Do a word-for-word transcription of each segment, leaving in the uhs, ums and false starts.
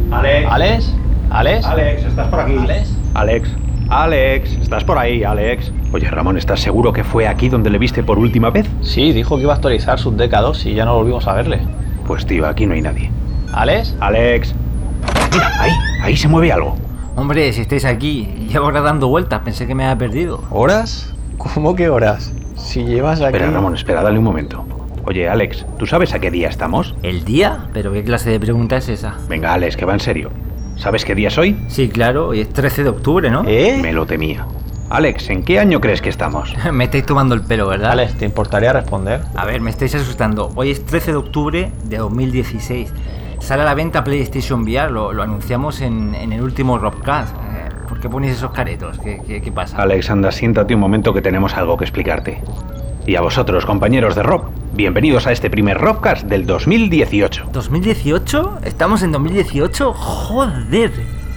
Alex. ¿Alex? ¿Alex? Alex, ¿estás por aquí? ¿Alex? Alex. Alex, ¿estás por ahí, Alex? Oye, Ramón, ¿estás seguro que fue aquí donde le viste por última vez? Sí, dijo que iba a actualizar sus D K dos y ya no volvimos a verle. Pues tío, aquí no hay nadie. ¿Alex? Alex. Mira, ahí, ahí se mueve algo. Hombre, si estáis aquí, llevo ahora dando vueltas, pensé que me había perdido. ¿Horas? ¿Cómo que horas? Si llevas aquí... Espera, Ramón, espera, dale un momento. Oye, Alex, ¿tú sabes a qué día estamos? ¿El día? ¿Pero qué clase de pregunta es esa? Venga, Alex, que va en serio. ¿Sabes qué día es hoy? Sí, claro, hoy es trece de octubre, ¿no? ¿Eh? Me lo temía. Alex, ¿en qué año crees que estamos? Me estáis tomando el pelo, ¿verdad? Alex, ¿te importaría responder? A ver, me estáis asustando. Hoy es trece de octubre de dos mil dieciséis. Sale a la venta PlayStation V R, lo, lo anunciamos en, en el último Robcast. Eh, ¿Por qué ponéis esos caretos? ¿Qué, qué, qué pasa? Alex, anda, siéntate un momento que tenemos algo que explicarte. Y a vosotros, compañeros de Rob, bienvenidos a este primer Robcast del dos mil dieciocho. ¿dos mil dieciocho? ¿Estamos en dos mil dieciocho? ¡Joder!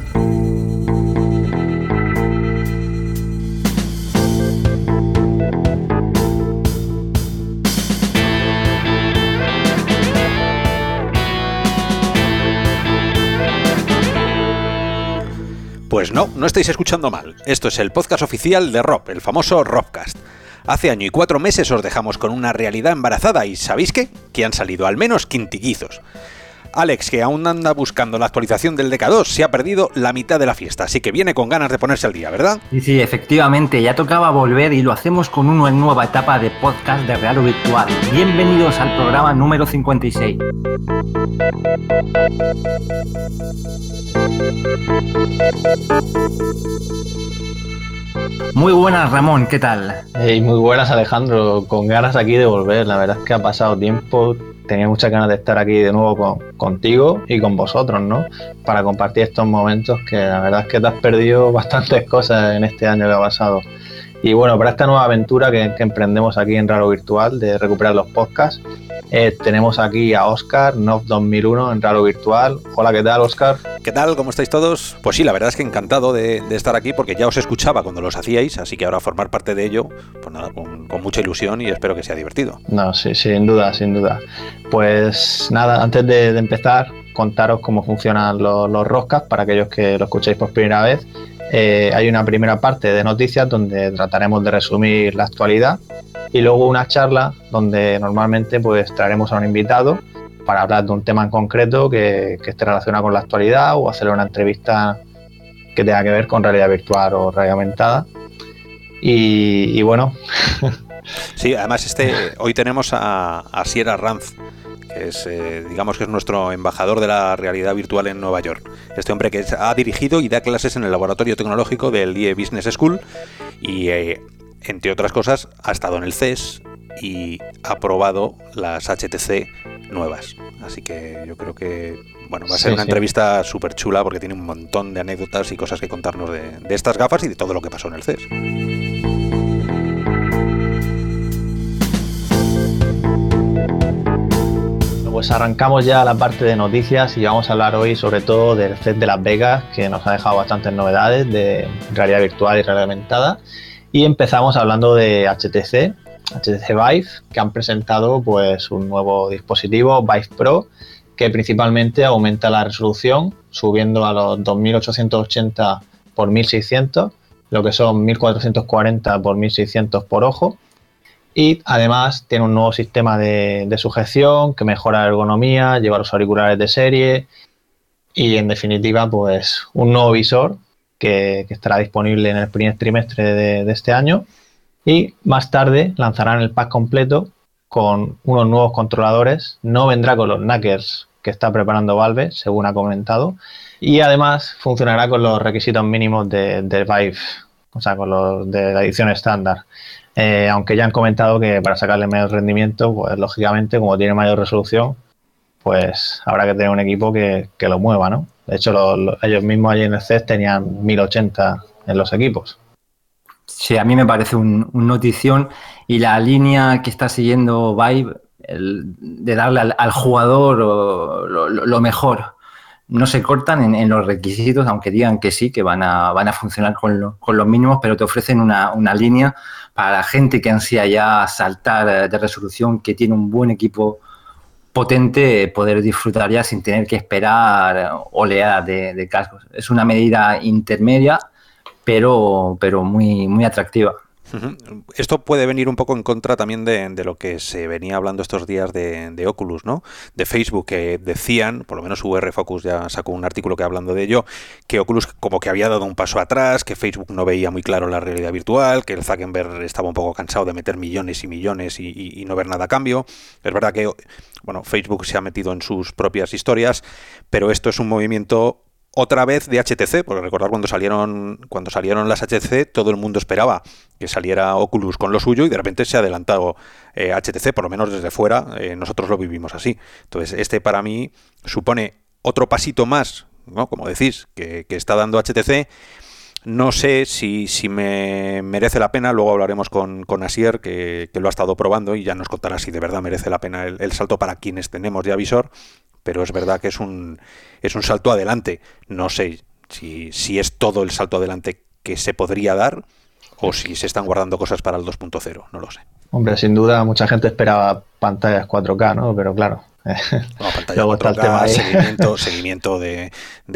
Pues no, no estáis escuchando mal. Esto es el podcast oficial de Rob, el famoso Robcast. Hace año y cuatro meses os dejamos con una realidad embarazada y ¿sabéis qué? Que han salido al menos quintillizos. Alex, que aún anda buscando la actualización del D K dos, se ha perdido la mitad de la fiesta, así que viene con ganas de ponerse al día, ¿verdad? Sí, sí, efectivamente, ya tocaba volver y lo hacemos con una nueva etapa de podcast de Real o Virtual. Bienvenidos al programa número cincuenta y seis. Muy buenas, Ramón, ¿qué tal? Hey, muy buenas, Alejandro, con ganas aquí de volver. La verdad es que ha pasado tiempo, tenía muchas ganas de estar aquí de nuevo con, contigo y con vosotros, ¿no? Para compartir estos momentos que la verdad es que te has perdido bastantes cosas en este año que ha pasado. Y bueno, para esta nueva aventura que, que emprendemos aquí en Raro Virtual de recuperar los podcasts, eh, tenemos aquí a Óscar, Nov dos mil uno en Raro Virtual. Hola, ¿qué tal, Óscar? ¿Qué tal? ¿Cómo estáis todos? Pues sí, la verdad es que encantado de, de estar aquí porque ya os escuchaba cuando los hacíais, así que ahora formar parte de ello, pues nada, con, con mucha ilusión y espero que sea divertido. No, sí, sin duda, sin duda. Pues nada, antes de, de empezar, contaros cómo funcionan los, los Robcasts para aquellos que lo escuchéis por primera vez. Eh, hay una primera parte de noticias donde trataremos de resumir la actualidad y luego una charla donde normalmente pues traeremos a un invitado para hablar de un tema en concreto que, que esté relacionado con la actualidad o hacer una entrevista que tenga que ver con realidad virtual o realidad aumentada. Y, y bueno... Sí, además este hoy tenemos a, a Sierra Ranz, que es, eh, digamos que es nuestro embajador de la realidad virtual en Nueva York. Este hombre que es, ha dirigido y da clases en el laboratorio tecnológico del I E Business School y, eh, entre otras cosas, ha estado en el C E S y ha probado las H T C nuevas. Así que yo creo que bueno, va a ser sí, una sí. entrevista súper chula porque tiene un montón de anécdotas y cosas que contarnos de, de estas gafas y de todo lo que pasó en el C E S. Pues arrancamos ya la parte de noticias y vamos a hablar hoy sobre todo del C E S de Las Vegas, que nos ha dejado bastantes novedades de realidad virtual y realidad aumentada. Y empezamos hablando de H T C, H T C Vive, que han presentado pues un nuevo dispositivo, Vive Pro, que principalmente aumenta la resolución, subiendo a los dos mil ochocientos ochenta por mil seiscientos, lo que son mil cuatrocientos cuarenta por mil seiscientos por ojo. Y además tiene un nuevo sistema de, de sujeción que mejora la ergonomía, lleva los auriculares de serie y en definitiva pues un nuevo visor que, que estará disponible en el primer trimestre de, de este año y más tarde lanzarán el pack completo con unos nuevos controladores. No vendrá con los knackers que está preparando Valve, según ha comentado, y además funcionará con los requisitos mínimos de, de Vive, o sea, con los de la edición estándar. Eh, aunque ya han comentado que para sacarle mayor rendimiento, pues lógicamente, como tiene mayor resolución, pues habrá que tener un equipo que, que lo mueva, ¿no? De hecho, lo, lo, ellos mismos allí en el C E S tenían mil ochenta en los equipos. Sí, a mí me parece un, un notición y la línea que está siguiendo Vive, el, de darle al, al jugador lo, lo, lo mejor. No se cortan en, en los requisitos, aunque digan que sí, que van a, van a funcionar con, lo, con los mínimos, pero te ofrecen una, una línea para la gente que ansía ya saltar de resolución, que tiene un buen equipo potente poder disfrutar ya sin tener que esperar oleadas de, de cascos. Es una medida intermedia, pero, pero muy, muy atractiva. Esto puede venir un poco en contra también de, de lo que se venía hablando estos días de, de Oculus, ¿no? De Facebook, que decían, por lo menos U R Focus ya sacó un artículo que hablando de ello, que Oculus como que había dado un paso atrás, que Facebook no veía muy claro la realidad virtual, que el Zuckerberg estaba un poco cansado de meter millones y millones y, y, y no ver nada a cambio. Es verdad que, bueno, Facebook se ha metido en sus propias historias, pero esto es un movimiento otra vez de H T C, porque recordar cuando salieron cuando salieron las H T C, todo el mundo esperaba que saliera Oculus con lo suyo y de repente se ha adelantado eh, H T C, por lo menos desde fuera, eh, nosotros lo vivimos así. Entonces, este para mí supone otro pasito más, ¿no? Como decís, que, que está dando H T C. No sé si, si me merece la pena, luego hablaremos con, con Asier, que, que lo ha estado probando y ya nos contará si de verdad merece la pena el, el salto para quienes tenemos ya visor. Pero es verdad que es un es un salto adelante. No sé si, si es todo el salto adelante que se podría dar o si se están guardando cosas para el dos punto cero, no lo sé. Hombre, sin duda mucha gente esperaba pantallas cuatro K, ¿no? Pero claro, no, pantalla cuatro K, seguimiento, seguimiento de,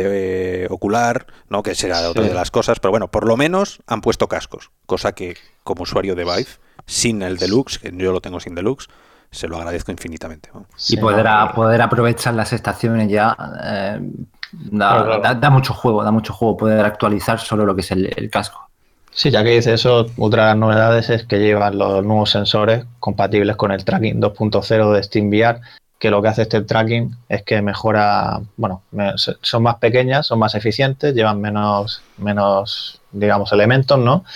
de ocular, ¿no? Que será otra sí. de las cosas, pero bueno, por lo menos han puesto cascos, cosa que como usuario de Vive, sin el Deluxe, que yo lo tengo sin Deluxe, se lo agradezco infinitamente, ¿no? Y poder, a, poder aprovechar las estaciones ya eh, da, claro, claro. Da, da mucho juego, da mucho juego poder actualizar solo lo que es el, el casco. Sí, ya que dice eso, otra de las novedades es que llevan los nuevos sensores compatibles con el tracking dos punto cero de SteamVR, que lo que hace este tracking es que mejora, bueno, son más pequeñas, son más eficientes, llevan menos, menos, digamos, elementos, ¿no?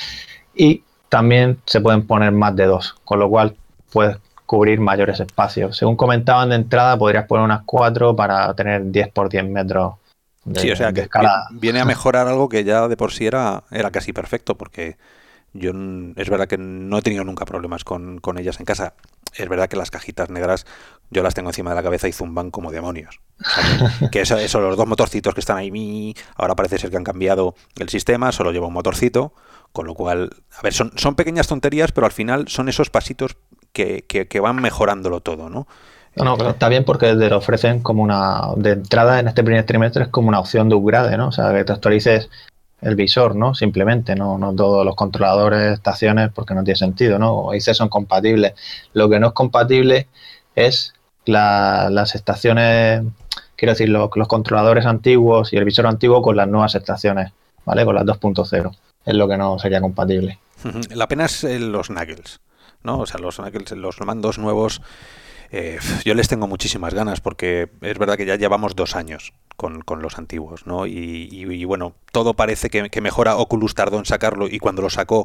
Y también se pueden poner más de dos, con lo cual puedes cubrir mayores espacios. Según comentaban de entrada, podrías poner unas cuatro para tener diez por diez metros de, sí, o sea, que escala. Viene a mejorar algo que ya de por sí era, era casi perfecto, porque yo es verdad que no he tenido nunca problemas con, con ellas en casa. Es verdad que las cajitas negras yo las tengo encima de la cabeza y zumban como demonios. O sea, que, que eso, eso, los dos motorcitos que están ahí, ahora parece ser que han cambiado el sistema, solo lleva un motorcito, con lo cual, a ver, son, son pequeñas tonterías, pero al final son esos pasitos Que, que, que van mejorándolo todo, ¿no? No, no, pero está bien porque te lo ofrecen como una, de entrada en este primer trimestre es como una opción de upgrade, ¿no? O sea, que te actualices el visor, ¿no? Simplemente, no, no todos los controladores, estaciones, porque no tiene sentido, ¿no? I C son compatibles. Lo que no es compatible es la, las estaciones, quiero decir, los, los controladores antiguos y el visor antiguo con las nuevas estaciones, ¿vale? Con las dos punto cero. Es lo que no sería compatible. La pena es los Knuckles, ¿no? O sea, los, los mandos nuevos, eh, yo les tengo muchísimas ganas porque es verdad que ya llevamos dos años con, con los antiguos, ¿no? Y, y, y bueno, todo parece que, que mejora. Oculus tardó en sacarlo y cuando lo sacó,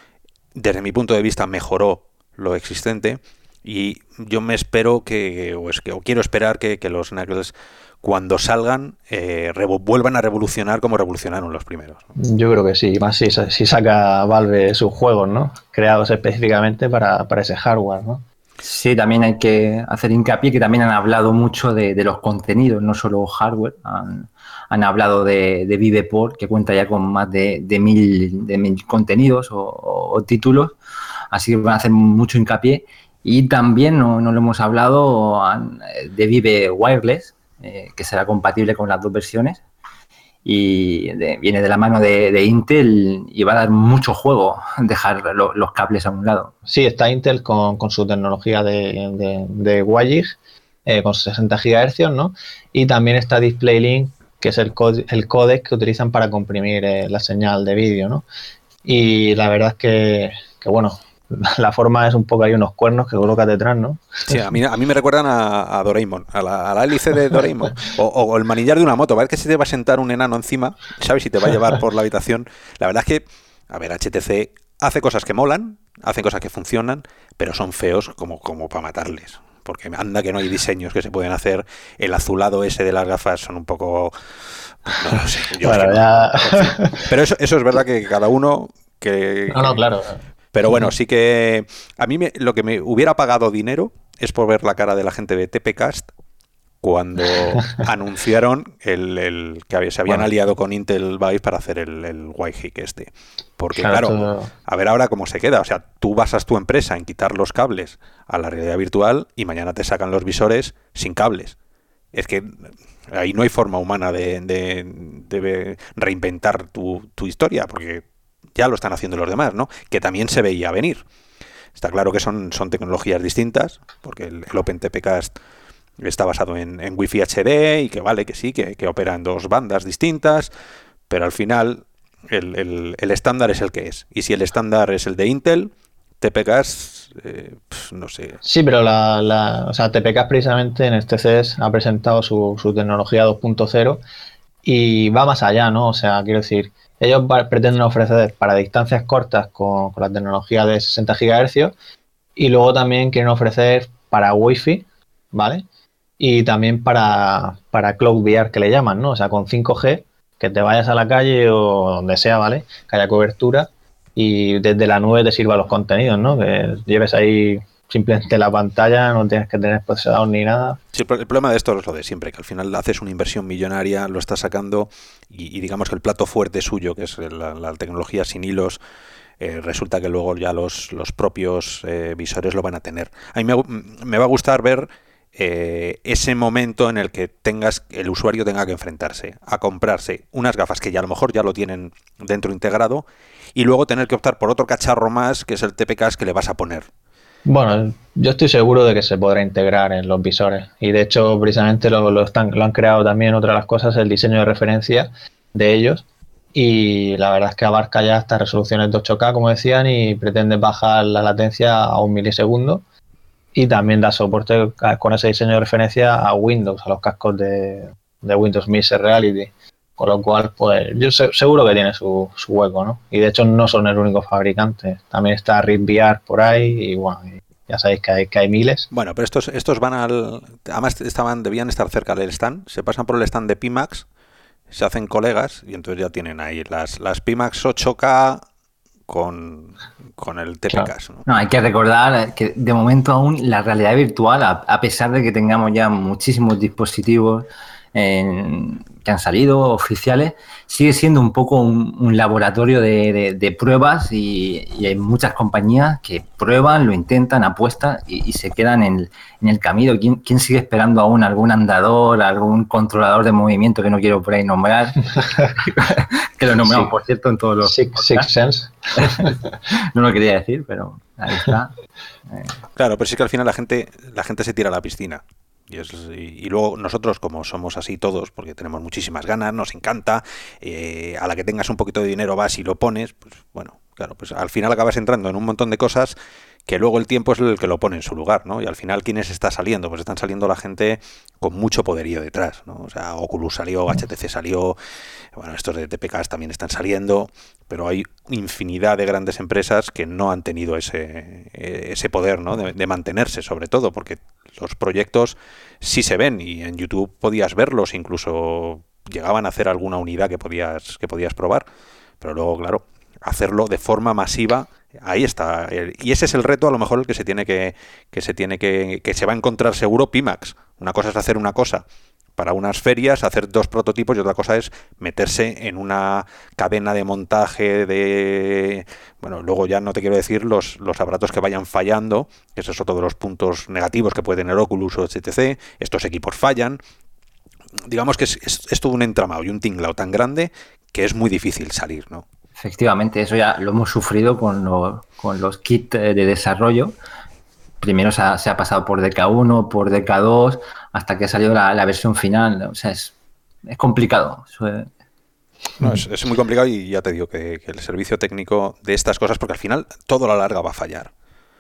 desde mi punto de vista, mejoró lo existente y yo me espero que, o, es que, o quiero esperar que, que los Knuckles cuando salgan eh, vuelvan a revolucionar como revolucionaron los primeros, ¿no? Yo creo que sí, más si, si saca Valve sus juegos, ¿no? Creados específicamente para, para ese hardware, ¿no? Sí, también hay que hacer hincapié que también han hablado mucho de, de los contenidos, no solo hardware. Han, han hablado de, de Viveport, que cuenta ya con más de, de, mil, de mil contenidos o, o, o títulos, así que van a hacer mucho hincapié. Y también, no, no lo hemos hablado, de Vive Wireless, Eh, que será compatible con las dos versiones y de, viene de la mano de, de Intel y va a dar mucho juego dejar lo, los cables a un lado. Sí, está Intel con, con su tecnología de, de, de WiGig eh, con sesenta gigahercios, ¿no? Y también está DisplayLink, que es el, el códec que utilizan para comprimir eh, la señal de vídeo, ¿no? Y la verdad es que, que bueno, la forma es un poco ahí unos cuernos que colocas detrás, ¿no? Sí, a mí, a mí me recuerdan a, a Doraemon, a la, a la hélice de Doraemon, o, o el manillar de una moto. ¿Ves que se te va a sentar un enano encima? ¿Sabes? Si te va a llevar por la habitación. La verdad es que, a ver, H T C hace cosas que molan, hace cosas que funcionan, pero son feos como, como para matarles. Porque anda que no hay diseños que se pueden hacer. El azulado ese de las gafas son un poco... No lo sé. Yo bueno, es que ya... no. Pero eso, eso es verdad que cada uno... que No, no, claro. Pero bueno, sí que a mí me, lo que me hubiera pagado dinero es por ver la cara de la gente de T P Cast cuando anunciaron el, el que había, se habían bueno. aliado con Intel Vive para hacer el, el Wi-Fi este. Porque claro, claro todo... a ver ahora cómo se queda. O sea, tú basas tu empresa en quitar los cables a la realidad virtual y mañana te sacan los visores sin cables. Es que ahí no hay forma humana de, de, de reinventar tu, tu historia, porque ya lo están haciendo los demás, ¿no? Que también se veía venir. Está claro que son, son tecnologías distintas, porque el, el OpenTPcast está basado en, en Wi-Fi H D y que vale, que sí, que, que opera en dos bandas distintas, pero al final el, el, el estándar es el que es. Y si el estándar es el de Intel, TPcast, eh, pf, no sé. Sí, pero la, la, o sea, TPcast precisamente en este C E S ha presentado su, su tecnología dos punto cero y va más allá, ¿no? O sea, quiero decir, ellos pretenden ofrecer para distancias cortas con, con la tecnología de sesenta gigahercios y luego también quieren ofrecer para Wi-Fi, ¿vale? Y también para, para Cloud V R, que le llaman, ¿no? O sea, con cinco G, que te vayas a la calle o donde sea, ¿vale? Que haya cobertura y desde la nube te sirva los contenidos, ¿no? Que lleves ahí simplemente la pantalla, no tienes que tener procesador ni nada. Sí, el problema de esto es lo de siempre, que al final haces una inversión millonaria, lo estás sacando y, y digamos que el plato fuerte suyo, que es la, la tecnología sin hilos, eh, resulta que luego ya los, los propios eh, visores lo van a tener. A mí me, me va a gustar ver eh, ese momento en el que tengas el usuario tenga que enfrentarse a comprarse unas gafas que ya a lo mejor ya lo tienen dentro integrado y luego tener que optar por otro cacharro más, que es el TPcast que le vas a poner. Bueno, yo estoy seguro de que se podrá integrar en los visores y de hecho precisamente lo, lo, están, lo han creado también, otra de las cosas, el diseño de referencia de ellos y la verdad es que abarca ya estas resoluciones de ocho K, como decían, y pretende bajar la latencia a un milisegundo y también da soporte con ese diseño de referencia a Windows, a los cascos de, de Windows Mixed Reality. Con lo cual, pues yo se, seguro que tiene su, su hueco, ¿no? Y de hecho no son el único fabricante. También está Rift V R por ahí y bueno, ya sabéis que hay, que hay miles. Bueno, pero estos estos van al... Además estaban debían estar cerca del stand. Se pasan por el stand de Pimax, se hacen colegas y entonces ya tienen ahí las, las Pimax ocho K con, con el TPcast, claro. ¿no? No, hay que recordar que de momento aún la realidad virtual, a, a pesar de que tengamos ya muchísimos dispositivos en... que han salido oficiales, sigue siendo un poco un, un laboratorio de, de, de pruebas y, y hay muchas compañías que prueban, lo intentan, apuestan y, y se quedan en, en el camino. ¿Quién, ¿Quién sigue esperando aún algún andador, algún controlador de movimiento que no quiero por ahí nombrar? Que lo nombramos, sí, por cierto, en todos los... Six, six Sense. No lo quería decir, pero ahí está. Eh. Claro, pero sí que al final la gente, la gente se tira a la piscina. Y, es, y, y luego nosotros, como somos así todos, porque tenemos muchísimas ganas, nos encanta, eh, a la que tengas un poquito de dinero vas y lo pones, pues bueno, claro, pues al final acabas entrando en un montón de cosas que luego el tiempo es el que lo pone en su lugar, ¿no? Y al final, ¿quiénes está saliendo? Pues están saliendo la gente con mucho poderío detrás, ¿no? O sea, Oculus salió, H T C salió, bueno, estos de TPcast también están saliendo, pero hay infinidad de grandes empresas que no han tenido ese, ese poder, ¿no? De, de mantenerse, sobre todo, porque los proyectos sí se ven y en YouTube podías verlos, incluso llegaban a hacer alguna unidad que podías, que podías probar, pero luego, claro, hacerlo de forma masiva, ahí está. Y ese es el reto, a lo mejor, el que se tiene que, que se tiene que, que se va a encontrar seguro Pimax. Una cosa es hacer una cosa para unas ferias, hacer dos prototipos, y otra cosa es meterse en una cadena de montaje de... Bueno, luego ya no te quiero decir los, los aparatos que vayan fallando, ese es otro de los puntos negativos que puede tener Oculus o etcétera. Estos equipos fallan. Digamos que es, es, es todo un entramado y un tinglao tan grande que es muy difícil salir, ¿no? Efectivamente, eso ya lo hemos sufrido con, lo, con los kits de desarrollo. Primero se ha, se ha pasado por D K uno, por D K dos, hasta que ha salido la, la versión final. O sea, es, es complicado. Eso es... No, es, es muy complicado y ya te digo que, que el servicio técnico de estas cosas, porque al final todo a la larga va a fallar.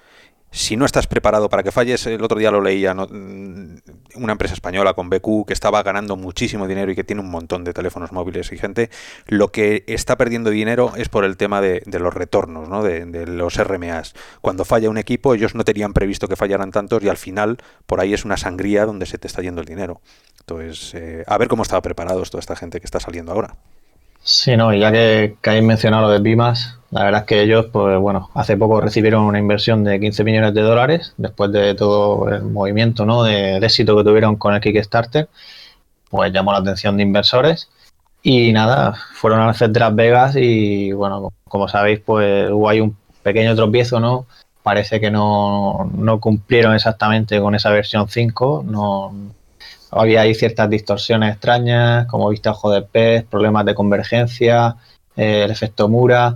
Si no estás preparado para que falles, el otro día lo leía, ¿no? Una empresa española con B Q que estaba ganando muchísimo dinero y que tiene un montón de teléfonos móviles y gente, lo que está perdiendo dinero es por el tema de, de los retornos, ¿no? de, de los R M As. Cuando falla un equipo, ellos no tenían previsto que fallaran tantos y al final por ahí es una sangría donde se te está yendo el dinero. Entonces, eh, a ver cómo estaba preparados toda esta gente que está saliendo ahora. Sí, no, y ya que, que habéis mencionado lo de Pimax, la verdad es que ellos, pues bueno, hace poco recibieron una inversión de quince millones de dólares después de todo el movimiento, ¿no? De, de éxito que tuvieron con el Kickstarter, pues llamó la atención de inversores y nada, fueron al C E S de Las Vegas y bueno, como sabéis, pues hubo ahí un pequeño tropiezo, ¿no? Parece que no, no cumplieron exactamente con esa versión cinco, no había ahí ciertas distorsiones extrañas, como vista a ojo de pez, problemas de convergencia, eh, el efecto Mura.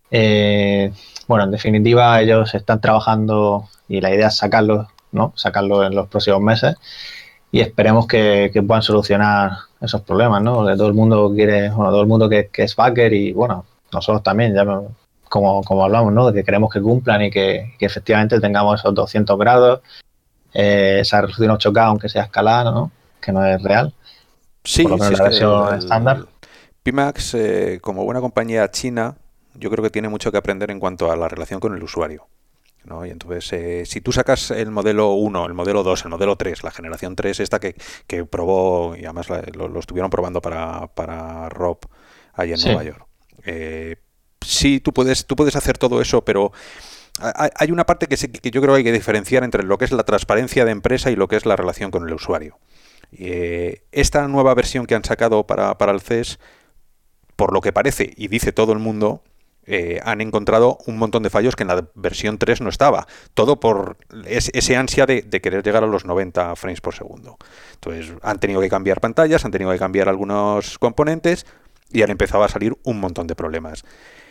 Eh, bueno, en definitiva, ellos están trabajando y la idea es sacarlo, ¿no? Sacarlo en los próximos meses y esperemos que, que puedan solucionar esos problemas, ¿no? Porque todo el mundo quiere, bueno, todo el mundo que, que es backer y bueno, nosotros también, ya como, como hablamos, ¿no? De que queremos que cumplan y que, que efectivamente tengamos esos doscientos grados, eh, esa resolución ocho K, aunque sea escalada, ¿no? Que no es real. Sí, por lo menos sí, es la que versión el, el estándar. Pimax, eh, como buena compañía china, yo creo que tiene mucho que aprender en cuanto a la relación con el usuario, ¿no? Y entonces, eh, si tú sacas el modelo uno, el modelo dos, el modelo tres, la generación tres, esta que, que probó, y además la, lo, lo estuvieron probando para, para Rob allá en sí. Nueva York. Eh, sí, tú puedes, tú puedes hacer todo eso, pero hay una parte que, que yo creo que hay que diferenciar entre lo que es la transparencia de empresa y lo que es la relación con el usuario. Eh, esta nueva versión que han sacado para, para el C E S, por lo que parece y dice todo el mundo, eh, han encontrado un montón de fallos que en la versión tres no estaba. Todo por es, ese ansia de, de querer llegar a los noventa frames por segundo. Entonces han tenido que cambiar pantallas, han tenido que cambiar algunos componentes y han empezado a salir un montón de problemas.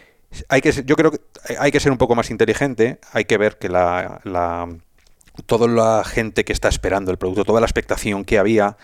Hay que, yo creo que hay que ser un poco más inteligente, hay que ver que la, la, toda la gente que está esperando el producto, toda la expectación que había,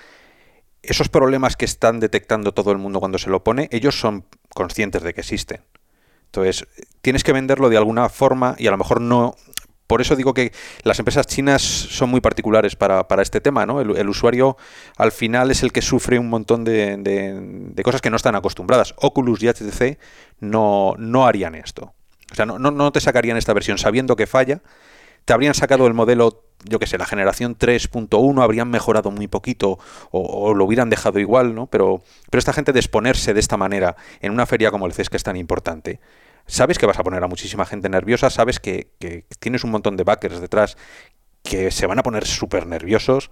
esos problemas que están detectando todo el mundo cuando se lo pone, ellos son conscientes de que existen. Entonces, tienes que venderlo de alguna forma y a lo mejor no... Por eso digo que las empresas chinas son muy particulares para, para este tema, ¿no? El, el usuario al final es el que sufre un montón de, de, de cosas que no están acostumbradas. Oculus y H T C no, no harían esto. O sea, no, no, no te sacarían esta versión sabiendo que falla. Te habrían sacado el modelo, yo qué sé, la generación tres punto uno, habrían mejorado muy poquito o, o lo hubieran dejado igual, ¿no? Pero, pero esta gente de exponerse de esta manera en una feria como el C E S, que es tan importante, sabes que vas a poner a muchísima gente nerviosa, sabes que, que tienes un montón de backers detrás que se van a poner súper nerviosos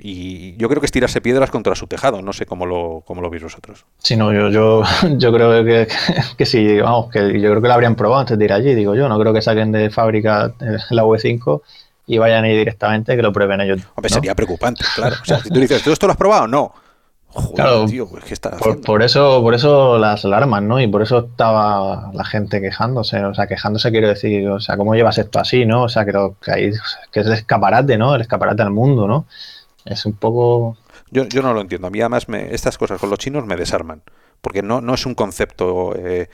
y yo creo que es tirarse piedras contra su tejado. No sé cómo lo, cómo lo veis vosotros. Sí, no, yo, yo, yo creo que, que, que sí, vamos, que yo creo que lo habrían probado antes de ir allí, digo yo. No creo que saquen de fábrica la V cinco y vayan a ir directamente, que lo prueben ellos. Hombre, ¿no? Sería preocupante, claro. O sea, si tú dices, ¿todo esto lo has probado? No. Joder, claro, tío, pues, ¿qué estás por, haciendo? por eso, por eso las alarmas, ¿no? Y por eso estaba la gente quejándose, o sea, quejándose quiero decir, o sea, ¿cómo llevas esto así, no? O sea, que, lo, que, hay, que es el escaparate, ¿no? El escaparate al mundo, ¿no? Es un poco... Yo, yo no lo entiendo. A mí además me, estas cosas con los chinos me desarman. Porque no, no es un concepto, eh,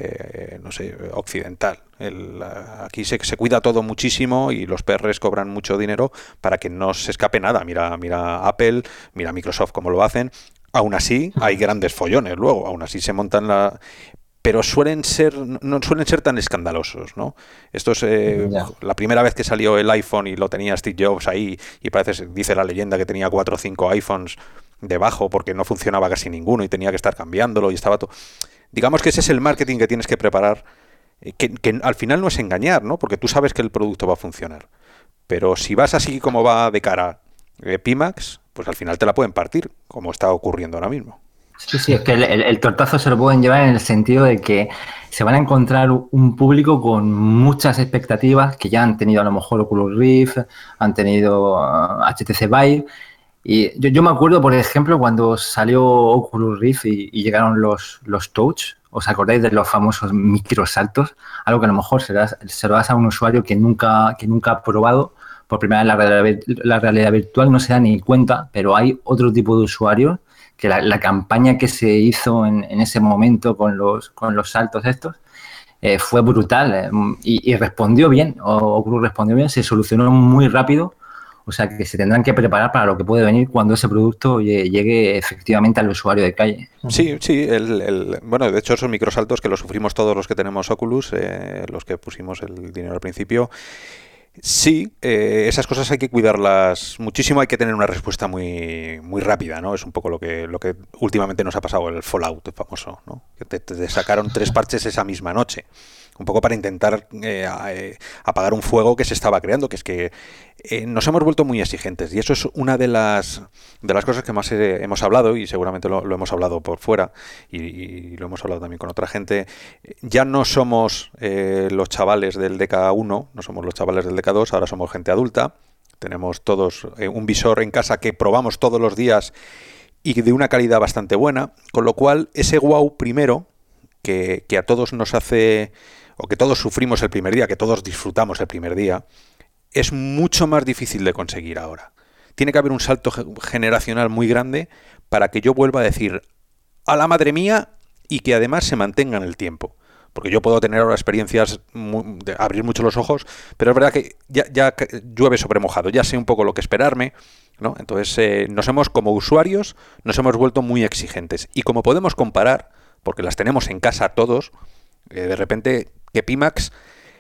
eh, no sé, occidental. El, aquí se, se cuida todo muchísimo y los P Rs cobran mucho dinero para que no se escape nada. Mira, mira Apple, mira Microsoft cómo lo hacen. Aún así hay grandes follones luego. Aún así se montan la... Pero suelen ser, no suelen ser tan escandalosos, ¿no? Esto es eh, yeah. la primera vez que salió el iPhone y lo tenía Steve Jobs ahí y parece, dice la leyenda que tenía cuatro o cinco iPhones debajo porque no funcionaba casi ninguno y tenía que estar cambiándolo y estaba todo... Digamos que ese es el marketing que tienes que preparar, que, que al final no es engañar, ¿no? Porque tú sabes que el producto va a funcionar. Pero si vas así como va de cara eh, Pimax, pues al final te la pueden partir, como está ocurriendo ahora mismo. Sí, sí, es que el, el, el tortazo se lo pueden llevar en el sentido de que se van a encontrar un público con muchas expectativas que ya han tenido a lo mejor Oculus Rift, han tenido uh, H T C Vive. Y yo, yo me acuerdo, por ejemplo, cuando salió Oculus Rift y, y llegaron los, los Touch, ¿os acordáis de los famosos microsaltos? Algo que a lo mejor se, das, se lo das a un usuario que nunca, que nunca ha probado por primera vez la realidad, la realidad virtual, no se da ni cuenta, pero hay otro tipo de usuarios que la, la campaña que se hizo en, en ese momento con los, con los saltos estos eh, fue brutal eh, y, y respondió bien, o Oculus respondió bien, se solucionó muy rápido, o sea que se tendrán que preparar para lo que puede venir cuando ese producto llegue efectivamente al usuario de calle. Sí, sí, el, el, bueno, de hecho esos microsaltos que los sufrimos todos los que tenemos Oculus, eh, los que pusimos el dinero al principio, Sí, eh, esas cosas hay que cuidarlas muchísimo, hay que tener una respuesta muy muy rápida, ¿no? Es un poco lo que lo que últimamente nos ha pasado, el Fallout famoso, ¿no? Que te, te sacaron tres parches esa misma noche, un poco para intentar eh, eh, apagar un fuego que se estaba creando, que es que eh, nos hemos vuelto muy exigentes y eso es una de las de las cosas que más eh, hemos hablado y seguramente lo, lo hemos hablado por fuera y, y lo hemos hablado también con otra gente. Ya no somos eh, los chavales del D K uno, no somos los chavales del D K dos, ahora somos gente adulta, tenemos todos eh, un visor en casa que probamos todos los días y de una calidad bastante buena, con lo cual ese wow primero que, que a todos nos hace, o que todos sufrimos el primer día, que todos disfrutamos el primer día, es mucho más difícil de conseguir ahora. Tiene que haber un salto generacional muy grande para que yo vuelva a decir a la madre mía y que además se mantenga en el tiempo. Porque yo puedo tener ahora experiencias muy, de abrir mucho los ojos, pero es verdad que ya, ya llueve sobre mojado, ya sé un poco lo que esperarme, ¿no? Entonces eh, nos hemos, como usuarios, nos hemos vuelto muy exigentes. Y como podemos comparar, porque las tenemos en casa todos, eh, de repente que Pimax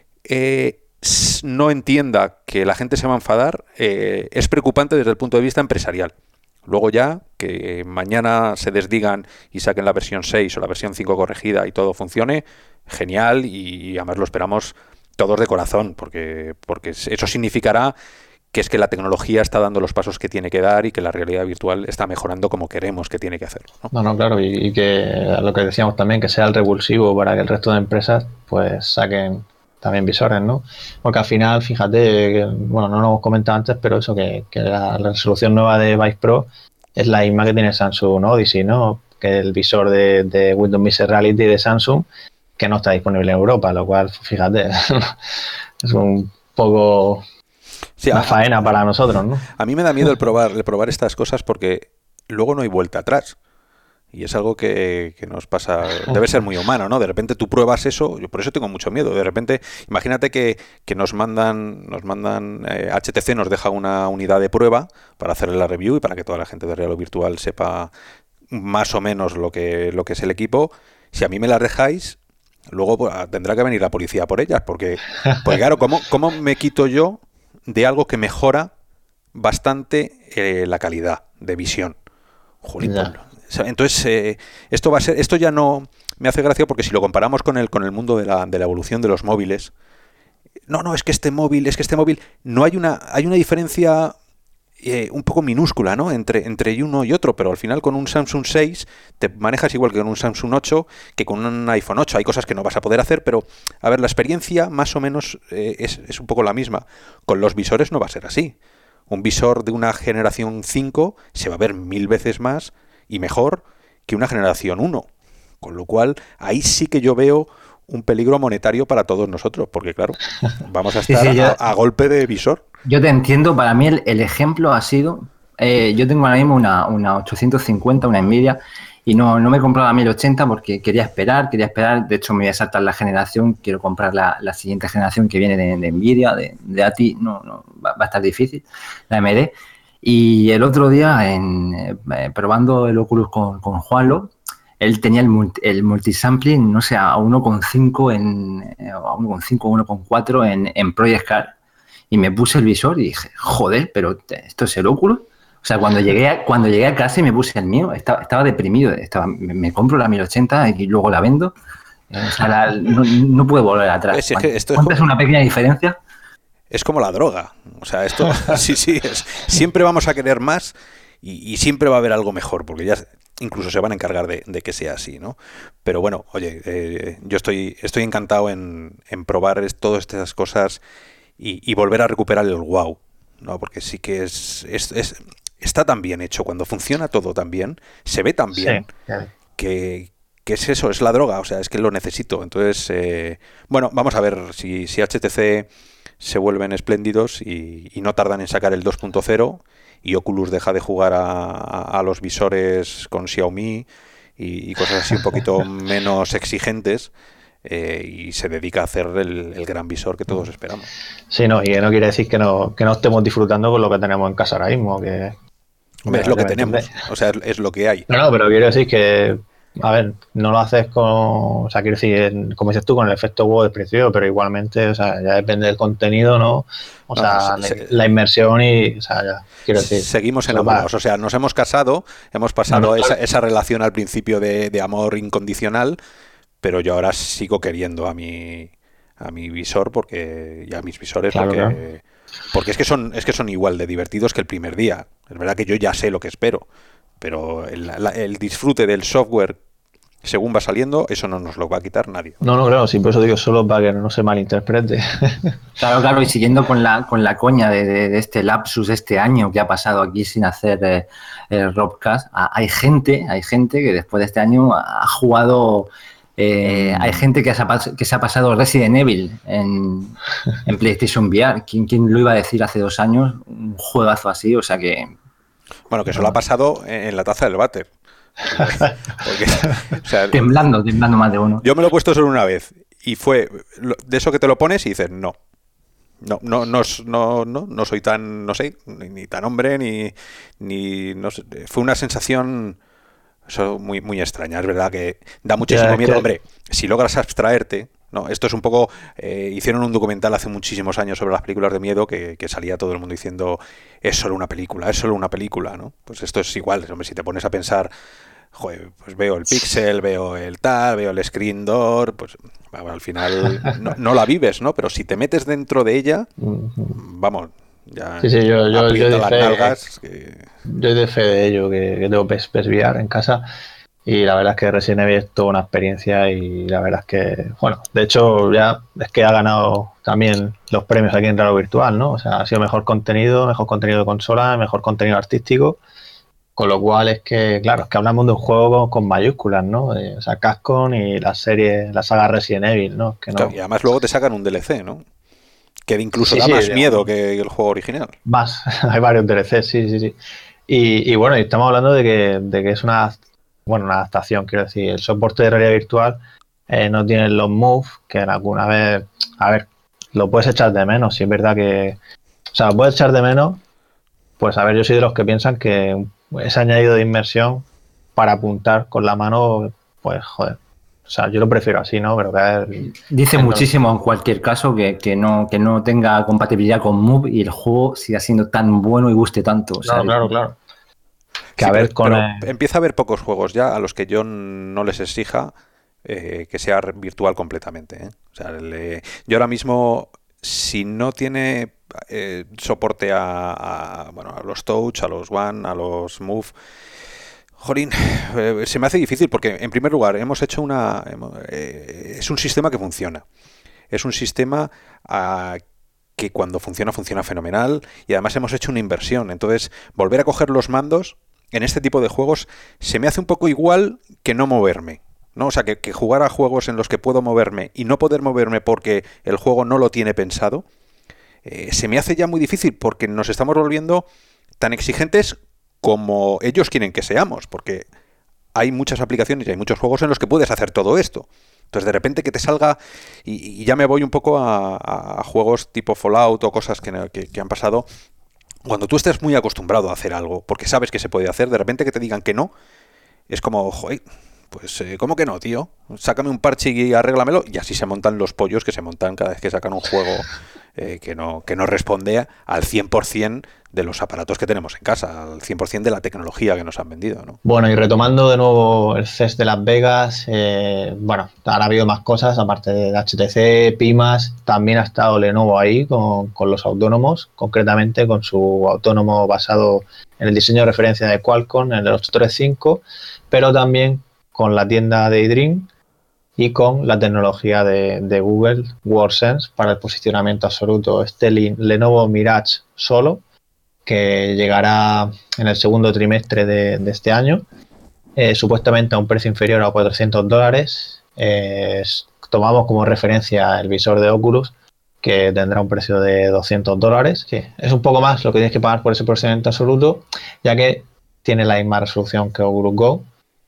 eh, no entienda que la gente se va a enfadar, eh, es preocupante desde el punto de vista empresarial. Luego ya, que mañana se desdigan y saquen la versión seis o la versión cinco corregida y todo funcione, genial, y además lo esperamos todos de corazón, porque, porque eso significará que es que la tecnología está dando los pasos que tiene que dar y que la realidad virtual está mejorando como queremos que tiene que hacerlo, ¿no? No, no, claro, y, y que lo que decíamos también, que sea el revulsivo para que el resto de empresas pues saquen también visores, ¿no? Porque al final, fíjate, que, bueno, no lo hemos comentado antes, pero eso, que, que la, la resolución nueva de Vive Pro es la misma que tiene Samsung Odyssey, ¿no? Que el visor de, de Windows Mixed Reality de Samsung, que no está disponible en Europa, lo cual, fíjate, es un poco sí, una a, faena para nosotros, ¿no? A mí me da miedo el probar, el probar estas cosas porque luego no hay vuelta atrás. Y es algo que, que nos pasa, debe ser muy humano, ¿no? De repente tú pruebas eso, yo por eso tengo mucho miedo. De repente, imagínate que, que nos mandan, nos mandan eh, H T C nos deja una unidad de prueba para hacerle la review y para que toda la gente de Real o Virtual sepa más o menos lo que, lo que es el equipo. Si a mí me las dejáis, luego pues, tendrá que venir la policía por ellas, porque, porque claro, ¿cómo, cómo me quito yo de algo que mejora bastante eh, la calidad de visión? Jolín, entonces eh, esto va a ser, esto ya no me hace gracia porque si lo comparamos con el con el mundo de la, de la evolución de los móviles, no, no, es que este móvil, es que este móvil, no hay una, hay una diferencia eh, un poco minúscula, ¿no? Entre, entre uno y otro, pero al final con un Samsung seis te manejas igual que con un Samsung ocho, que con un iPhone ocho. Hay cosas que no vas a poder hacer, pero a ver, la experiencia más o menos eh, es, es un poco la misma. Con los visores no va a ser así. Un visor de una generación cinco se va a ver mil veces más y mejor que una generación uno. Con lo cual, ahí sí que yo veo un peligro monetario para todos nosotros, porque claro, vamos a estar sí, sí, yo, a, a golpe de visor. Yo te entiendo, para mí el, el ejemplo ha sido, eh, yo tengo ahora mismo una, una ochocientos cincuenta, una Nvidia, y no, no me he comprado la mil ochenta porque quería esperar, quería esperar, de hecho me voy a saltar la generación, quiero comprar la, la siguiente generación que viene de, de Nvidia, de, de A T I, no, no va, va a estar difícil, la A M D. Y el otro día, en, eh, probando el Oculus con, con Juanlo, él tenía el, multi, el multisampling, no sé, a uno coma cinco, en, a uno coma cinco, uno coma cuatro en, en Project Car. Y me puse el visor y dije, joder, pero ¿esto es el Oculus? O sea, cuando llegué a, cuando llegué a casa y me puse el mío, estaba, estaba deprimido. Estaba, me, me compro la mil ochenta y luego la vendo. O sea, la, no, no puedo volver atrás. Es, es que esto ¿Cuánta es, es una pequeña diferencia? Es como la droga. O sea, esto sí, sí, es, siempre vamos a querer más y, y siempre va a haber algo mejor, porque ya incluso se van a encargar de, de que sea así, ¿no? Pero bueno, oye, eh, yo estoy, estoy encantado en, en probar es, todas estas cosas y, y volver a recuperar el wow, ¿no? Porque sí que es, es, es está tan bien hecho, cuando funciona todo tan bien, se ve tan bien, sí, claro. que, que es eso, es la droga, o sea, es que lo necesito. Entonces, eh, bueno, vamos a ver si, si H T C se vuelven espléndidos y, y no tardan en sacar el dos punto cero y Oculus deja de jugar a, a, a los visores con Xiaomi y, y cosas así un poquito menos exigentes eh, y se dedica a hacer el, el gran visor que todos esperamos. Sí, no, y no quiere decir que no, que no estemos disfrutando con lo que tenemos en casa ahora mismo, que Hombre, es lo que tenemos, o sea, es, es lo que hay. No, no, pero quiero decir que a ver, no lo haces con, o sea, quiero decir, como dices tú, con el efecto huevo de principio, pero igualmente, o sea, ya depende del contenido, ¿no? O No, sea, se- la, se- la inmersión y, o sea, ya, quiero decir. Seguimos eso va. enamorados, o sea, nos hemos casado, hemos No, pasado no, esa, claro, esa relación al principio de, de amor incondicional, pero yo ahora sigo queriendo a mi a mi visor porque y a mis visores claro, claro. porque porque es que son es que son igual de divertidos que el primer día. Es verdad que yo ya sé lo que espero, pero el, la- el disfrute del software según va saliendo, eso no nos lo va a quitar nadie. No, no, claro, sí, por eso digo solo para que no se malinterprete. Claro, claro, y siguiendo con la, con la coña de, de- de este lapsus, de este año que ha pasado aquí sin hacer eh, el Robcast, a- hay gente, hay gente que después de este año ha ha jugado, eh, hay gente que se, ha, pas- que se ha pasado Resident Evil en, en PlayStation V R. ¿Quién, quién lo iba a decir hace dos años? Un juegazo así, o sea que... Bueno, que eso lo ha pasado en la taza del váter. Porque, o sea, Temblando, temblando más de uno. yo me lo he puesto solo una vez y fue lo- de eso que te lo pones y dices, no. No, no, no, no, no, no soy tan, no sé, ni, ni tan hombre, ni, ni no sé, fue una sensación eso, muy, muy extraña. Es verdad que da muchísimo Ya, es miedo. que- Hombre, si logras abstraerte, no, esto es un poco, eh, hicieron un documental hace muchísimos años sobre las películas de miedo que, que salía todo el mundo diciendo, es solo una película, es solo una película, ¿no? Pues esto es igual, hombre, si te pones a pensar, joder, pues veo el pixel, veo el tal, veo el screen door, pues bueno, al final no, no la vives, ¿no? Pero si te metes dentro de ella, vamos, ya Sí, sí, yo, yo, yo aprieta de las fe, nalgas. Que... yo de fe de ello, que, que tengo P E S, P E S V R en casa. Y la verdad es que Resident Evil es toda una experiencia y la verdad es que, bueno, de hecho ya es que ha ganado también los premios aquí en Raro Virtual, ¿no? O sea, ha sido mejor contenido, mejor contenido de consola, mejor contenido artístico, con lo cual es que, claro, es que hablamos de un juego con, con mayúsculas, ¿no? Eh, o sea, Capcom y la serie, la saga Resident Evil, ¿no? Es que no... Claro, y además luego te sacan un D L C, ¿no? Que incluso Sí, da sí, más digamos, miedo que el juego original. más, hay varios D L Cs, sí, sí, sí. Y, y bueno, y estamos hablando de que, de que es una, bueno, una adaptación, quiero decir, el soporte de realidad virtual eh, no tiene los moves que en alguna vez, a ver, lo puedes echar de menos, si es verdad que, o sea, lo puedes echar de menos, pues a ver, yo soy de los que piensan que ese añadido de inmersión para apuntar con la mano, pues joder, o sea, yo lo prefiero así, ¿no? Pero que a ver, Dice entonces, muchísimo en cualquier caso que, que, no, que no tenga compatibilidad con Move y el juego siga siendo tan bueno y guste tanto. O sea, no, claro, claro. Que Sí, a pero, ver con pero el- empieza a haber pocos juegos ya a los que yo no les exija eh, que sea virtual completamente. ¿eh? O sea, le- yo ahora mismo, si no tiene eh, soporte a, a, bueno, a los Touch, a los One, a los Move, Jorín, eh, se me hace difícil porque, en primer lugar, hemos hecho una... hemos- eh, es un sistema que funciona. Es un sistema ah, que cuando funciona, funciona fenomenal y además hemos hecho una inversión. Entonces, volver a coger los mandos en este tipo de juegos se me hace un poco igual que no moverme. ¿No? O sea, que, que jugar a juegos en los que puedo moverme y no poder moverme porque el juego no lo tiene pensado, eh, se me hace ya muy difícil porque nos estamos volviendo tan exigentes como ellos quieren que seamos, porque hay muchas aplicaciones y hay muchos juegos en los que puedes hacer todo esto. Entonces, de repente que te salga, y, y ya me voy un poco a, a juegos tipo Fallout o cosas que, que, que han pasado, cuando tú estés muy acostumbrado a hacer algo, porque sabes que se puede hacer, de repente que te digan que no, es como, joder, pues, eh, ¿cómo que no, tío? Sácame un parche y arréglamelo, y así se montan los pollos que se montan cada vez que sacan un juego eh, que, no, que no responde al cien por ciento de los aparatos que tenemos en casa, al cien por ciento de la tecnología que nos han vendido, ¿no? Bueno, y retomando de nuevo el C E S de Las Vegas, eh, bueno, ahora ha habido más cosas, aparte de H T C, Pimas, también ha estado Lenovo ahí con, con los autónomos, concretamente con su autónomo basado en el diseño de referencia de Qualcomm, en el ochocientos treinta y cinco, pero también con la tienda Daydream y con la tecnología de, de Google, WordSense, para el posicionamiento absoluto. Este Lenovo Mirage Solo, que llegará en el segundo trimestre de, de este año, eh, supuestamente a un precio inferior a cuatrocientos dólares. Eh, tomamos como referencia el visor de Oculus, que tendrá un precio de doscientos dólares. Sí, es un poco más lo que tienes que pagar por ese posicionamiento absoluto, ya que tiene la misma resolución que Oculus Go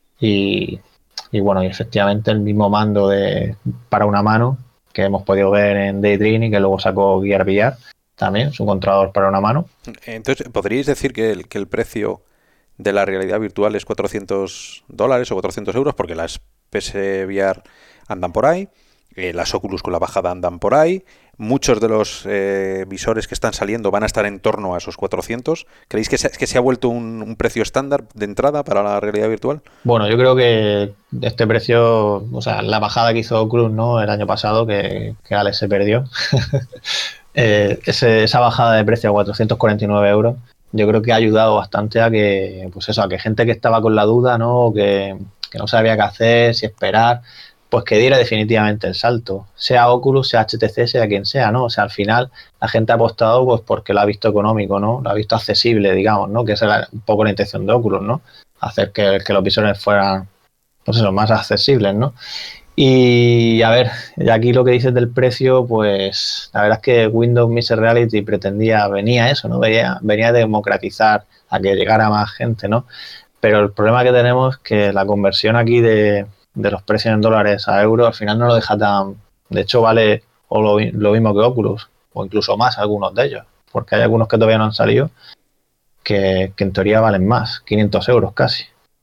y, y bueno, y efectivamente el mismo mando de, para una mano que hemos podido ver en Daydream y que luego sacó Gear V R también, su controlador para una mano. Entonces, ¿podríais decir que el, que el precio de la realidad virtual es cuatrocientos dólares o cuatrocientos euros, porque las P S V R andan por ahí, eh, las Oculus con la bajada andan por ahí, muchos de los eh, visores que están saliendo van a estar en torno a esos cuatrocientos. ¿Creéis que se, que se ha vuelto un, un precio estándar de entrada para la realidad virtual? Bueno, yo creo que este precio, o sea, la bajada que hizo Oculus, ¿no?, el año pasado, que, que Alex se perdió, eh, ese, esa bajada de precio a cuatrocientos cuarenta y nueve euros, yo creo que ha ayudado bastante a que, pues eso, a que gente que estaba con la duda, ¿no?, o que, que no sabía qué hacer, si esperar, pues que diera definitivamente el salto, sea Oculus, sea H T C, sea quien sea, ¿no? O sea, al final la gente ha apostado pues porque lo ha visto económico, ¿no? Lo ha visto accesible, digamos, ¿no? Que esa era un poco la intención de Oculus, ¿no? Hacer que, que los visores fueran, pues eso, más accesibles, ¿no? Y a ver, y aquí lo que dices del precio, pues la verdad es que Windows Mixed Reality pretendía, venía a eso, ¿no? Venía, venía a democratizar, a que llegara más gente, ¿no? Pero el problema que tenemos es que la conversión aquí de, de los precios en dólares a euros al final no lo deja tan... De hecho, vale o lo, lo mismo que Oculus, o incluso más algunos de ellos, porque hay algunos que todavía no han salido que, que en teoría valen más, quinientos euros casi.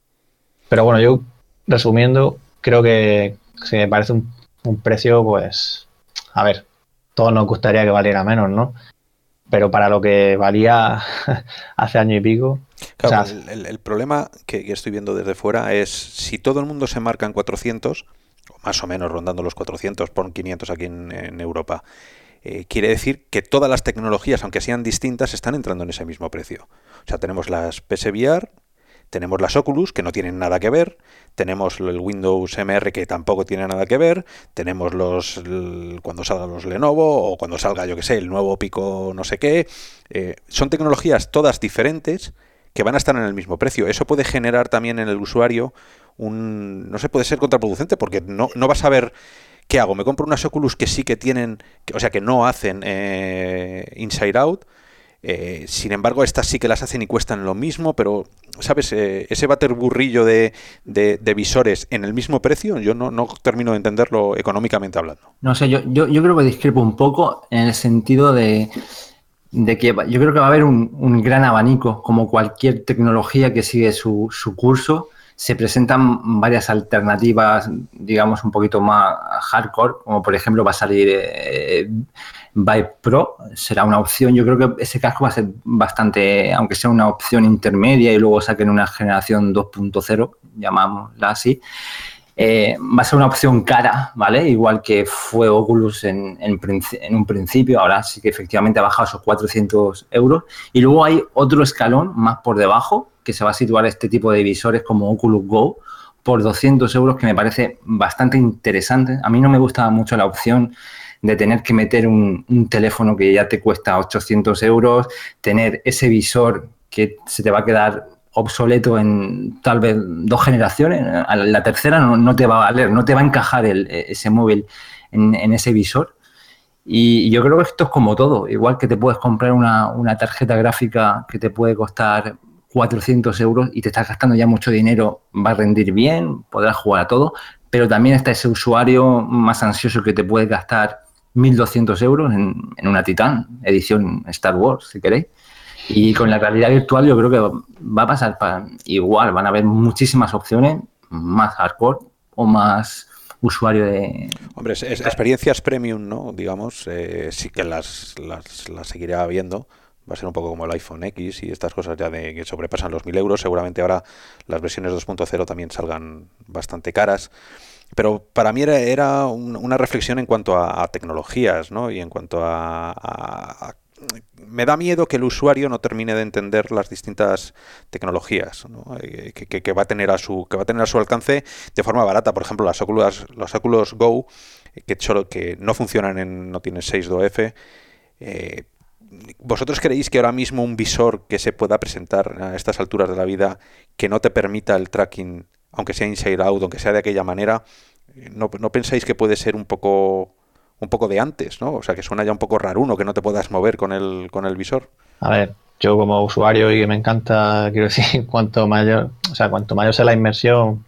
Pero bueno, yo resumiendo, creo que se me parece un, un precio, pues, a ver, todos nos gustaría que valiera menos, ¿no? Pero para lo que valía hace año y pico... Claro, o sea, el, el, el problema que, que estoy viendo desde fuera es si todo el mundo se marca en cuatrocientos, o más o menos rondando los cuatrocientos, pon quinientos aquí en, en Europa, eh, quiere decir que todas las tecnologías, aunque sean distintas, están entrando en ese mismo precio. O sea, tenemos las P S V R, tenemos las Oculus, que no tienen nada que ver, tenemos el Windows M R, que tampoco tiene nada que ver, tenemos los el, cuando salgan los Lenovo, o cuando salga, yo que sé, el nuevo Pico no sé qué. Eh, son tecnologías todas diferentes que van a estar en el mismo precio. Eso puede generar también en el usuario un... no sé, puede ser contraproducente, porque no, no vas a ver... ¿Qué hago? ¿Me compro unas Oculus que sí que tienen, o sea, que no hacen eh, Inside Out? Eh, sin embargo, estas sí que las hacen y cuestan lo mismo, pero, ¿sabes? Eh, ese baterburrillo de, de, de visores en el mismo precio, yo no, no termino de entenderlo económicamente hablando. No sé, yo, yo, yo creo que discrepo un poco en el sentido de, de que yo creo que va a haber un, un gran abanico, como cualquier tecnología que sigue su, su curso. Se presentan varias alternativas, digamos, un poquito más hardcore, como por ejemplo va a salir eh, Vive Pro, será una opción. Yo creo que ese casco va a ser bastante, aunque sea una opción intermedia y luego saquen una generación dos punto cero, llamámosla así, eh, va a ser una opción cara, ¿vale? Igual que fue Oculus en, en, en un principio, ahora sí que efectivamente ha bajado esos cuatrocientos euros. Y luego hay otro escalón más por debajo, que se va a situar este tipo de visores como Oculus Go por doscientos euros, que me parece bastante interesante. A mí no me gusta mucho la opción de tener que meter un, un teléfono que ya te cuesta ochocientos euros, tener ese visor que se te va a quedar obsoleto en tal vez dos generaciones. A la tercera no, no te va a valer, no te va a encajar el, ese móvil en, en ese visor. Y yo creo que esto es como todo. Igual que te puedes comprar una, una tarjeta gráfica que te puede costar cuatrocientos euros y te estás gastando ya mucho dinero, va a rendir bien, podrás jugar a todo, pero también está ese usuario más ansioso que te puede gastar mil doscientos euros en, en una Titan, edición Star Wars, si queréis. Y con la realidad virtual yo creo que va a pasar para, igual, van a haber muchísimas opciones, más hardcore o más usuario de... Hombre, es, es experiencias premium, ¿no? Digamos, eh, sí que las, las, las seguiré habiendo. Va a ser un poco como el iPhone X y estas cosas ya de que sobrepasan los mil euros. Seguramente ahora las versiones dos punto cero también salgan bastante caras. Pero para mí era, era un, una reflexión en cuanto a, a tecnologías, ¿no? Y en cuanto a, a, a... Me da miedo que el usuario no termine de entender las distintas tecnologías, ¿no? que, que, que, va a tener a su, que va a tener a su alcance de forma barata. Por ejemplo, las Oculus, los Oculus Go, que, solo, que no funcionan en, no tienen seis D O F. Eh, ¿Vosotros creéis que ahora mismo un visor que se pueda presentar a estas alturas de la vida que no te permita el tracking, aunque sea inside out, aunque sea de aquella manera, no, no pensáis que puede ser un poco un poco de antes, ¿no? O sea, que suena ya un poco raruno que no te puedas mover con el con el visor. A ver, yo como usuario y que me encanta, quiero decir, cuanto mayor, o sea, cuanto mayor sea la inmersión,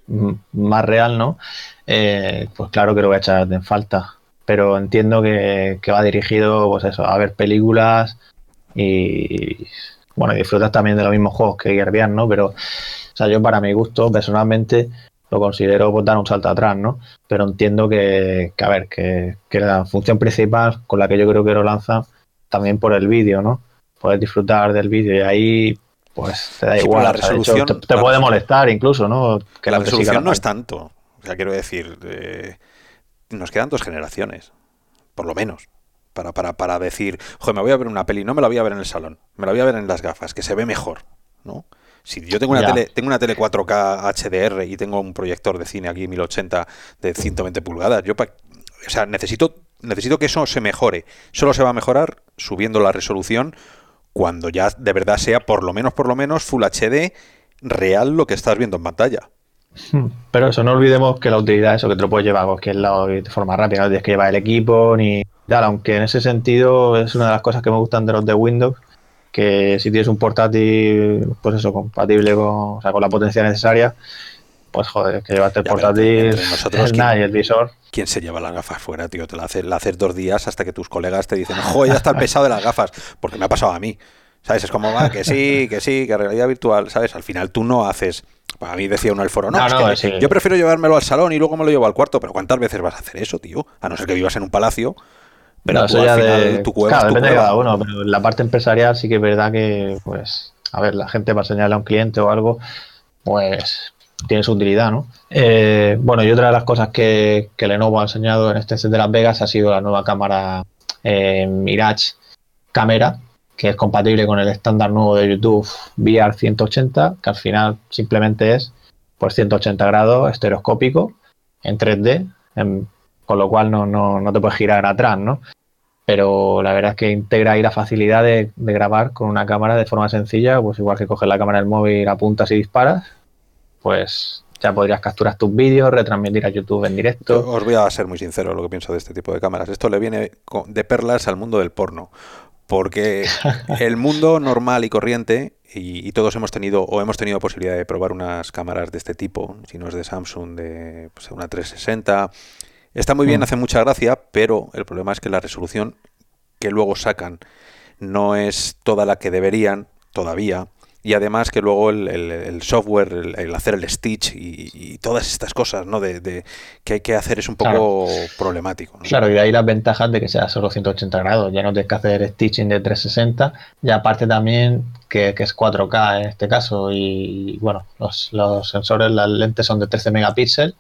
más real, ¿no? Eh, pues claro que lo voy a echar en falta. Pero entiendo que, que va dirigido, pues eso, a ver películas y, bueno, y disfrutas también de los mismos juegos que Gear, ¿no? Pero, o sea, yo para mi gusto, personalmente, lo considero pues, dar un salto atrás, ¿no? Pero entiendo que, que a ver, que, que la función principal con la que yo creo que lo lanzan, también por el vídeo, ¿no? Puedes disfrutar del vídeo y ahí, pues, te da Sí, igual. la O sea, de resolución, hecho, te, te la puede resolución- molestar incluso, ¿no? Que la no te siga resolución no es pantalla. tanto. O sea, quiero decir, eh, nos quedan dos generaciones, por lo menos. Para, para, para decir, joder, me voy a ver una peli, no me la voy a ver en el salón, me la voy a ver en las gafas, que se ve mejor, ¿no? Si yo tengo una Ya. tele, tengo una tele cuatro K H D R y tengo un proyector de cine aquí mil ochenta de ciento veinte pulgadas, yo pa- o sea, necesito necesito que eso se mejore. Solo se va a mejorar subiendo la resolución cuando ya de verdad sea por lo menos por lo menos Full H D real lo que estás viendo en pantalla. Pero eso, no olvidemos que la utilidad es eso, que te lo puedes llevar a cualquier lado de forma rápida, no tienes que llevar el equipo ni tal, aunque en ese sentido es una de las cosas que me gustan de los de Windows, que si tienes un portátil, pues eso, compatible con, o sea, con la potencia necesaria, pues joder, que llevarte el Ya, pero entre, portátil, entre nosotros, nada, y ¿quién, el visor. quién se lleva las gafas fuera, tío? Te la haces, la haces dos días hasta que tus colegas te dicen, joder, ya está el pesado de las gafas, porque me ha pasado a mí. ¿Sabes? Es como, va, que sí, que sí, que realidad virtual, ¿sabes? Al final tú no haces... A mí decía uno en el foro, no, No, es no, que sí. yo prefiero llevármelo al salón y luego me lo llevo al cuarto, pero ¿cuántas veces vas a hacer eso, tío? A no ser que vivas en un palacio, pero No, tú eso al ya final de... tu cueva Claro, es tu depende de cueva. cada uno, pero en la parte empresarial sí que es verdad que, pues, a ver, la gente para enseñarle a un cliente o algo, pues tiene su utilidad, ¿no? Eh, bueno, y otra de las cosas que, que Lenovo ha enseñado en este set de Las Vegas ha sido la nueva cámara eh, Mirage Camera, que es compatible con el estándar nuevo de YouTube V R ciento ochenta, que al final simplemente es pues ciento ochenta grados estereoscópico en tres D, en- con lo cual no, no, no te puedes girar atrás, ¿no? Pero la verdad es que integra ahí la facilidad de, de grabar con una cámara de forma sencilla, pues igual que coges la cámara del móvil, apuntas y disparas, pues ya podrías capturar tus vídeos, retransmitir a YouTube en Yo directo. os voy a ser muy sincero lo que pienso de este tipo de cámaras. Esto le viene co- de perlas al mundo del porno. Porque el mundo normal y corriente, y, y todos hemos tenido o hemos tenido posibilidad de probar unas cámaras de este tipo, si no es de Samsung, de pues, una trescientos sesenta, está muy bien, Mm. hace mucha gracia, pero el problema es que la resolución que luego sacan no es toda la que deberían todavía. Y además que luego el, el- el software, el, el hacer el stitch y, y todas estas cosas, ¿no? De, de- que hay que hacer es un poco problemático, ¿no? Claro, y de ahí las ventajas de que sea solo ciento ochenta grados, ya no tienes que hacer stitching de trescientos sesenta, y aparte también que, que es cuatro K en este caso, y bueno, los, los sensores, las lentes son de trece megapíxeles,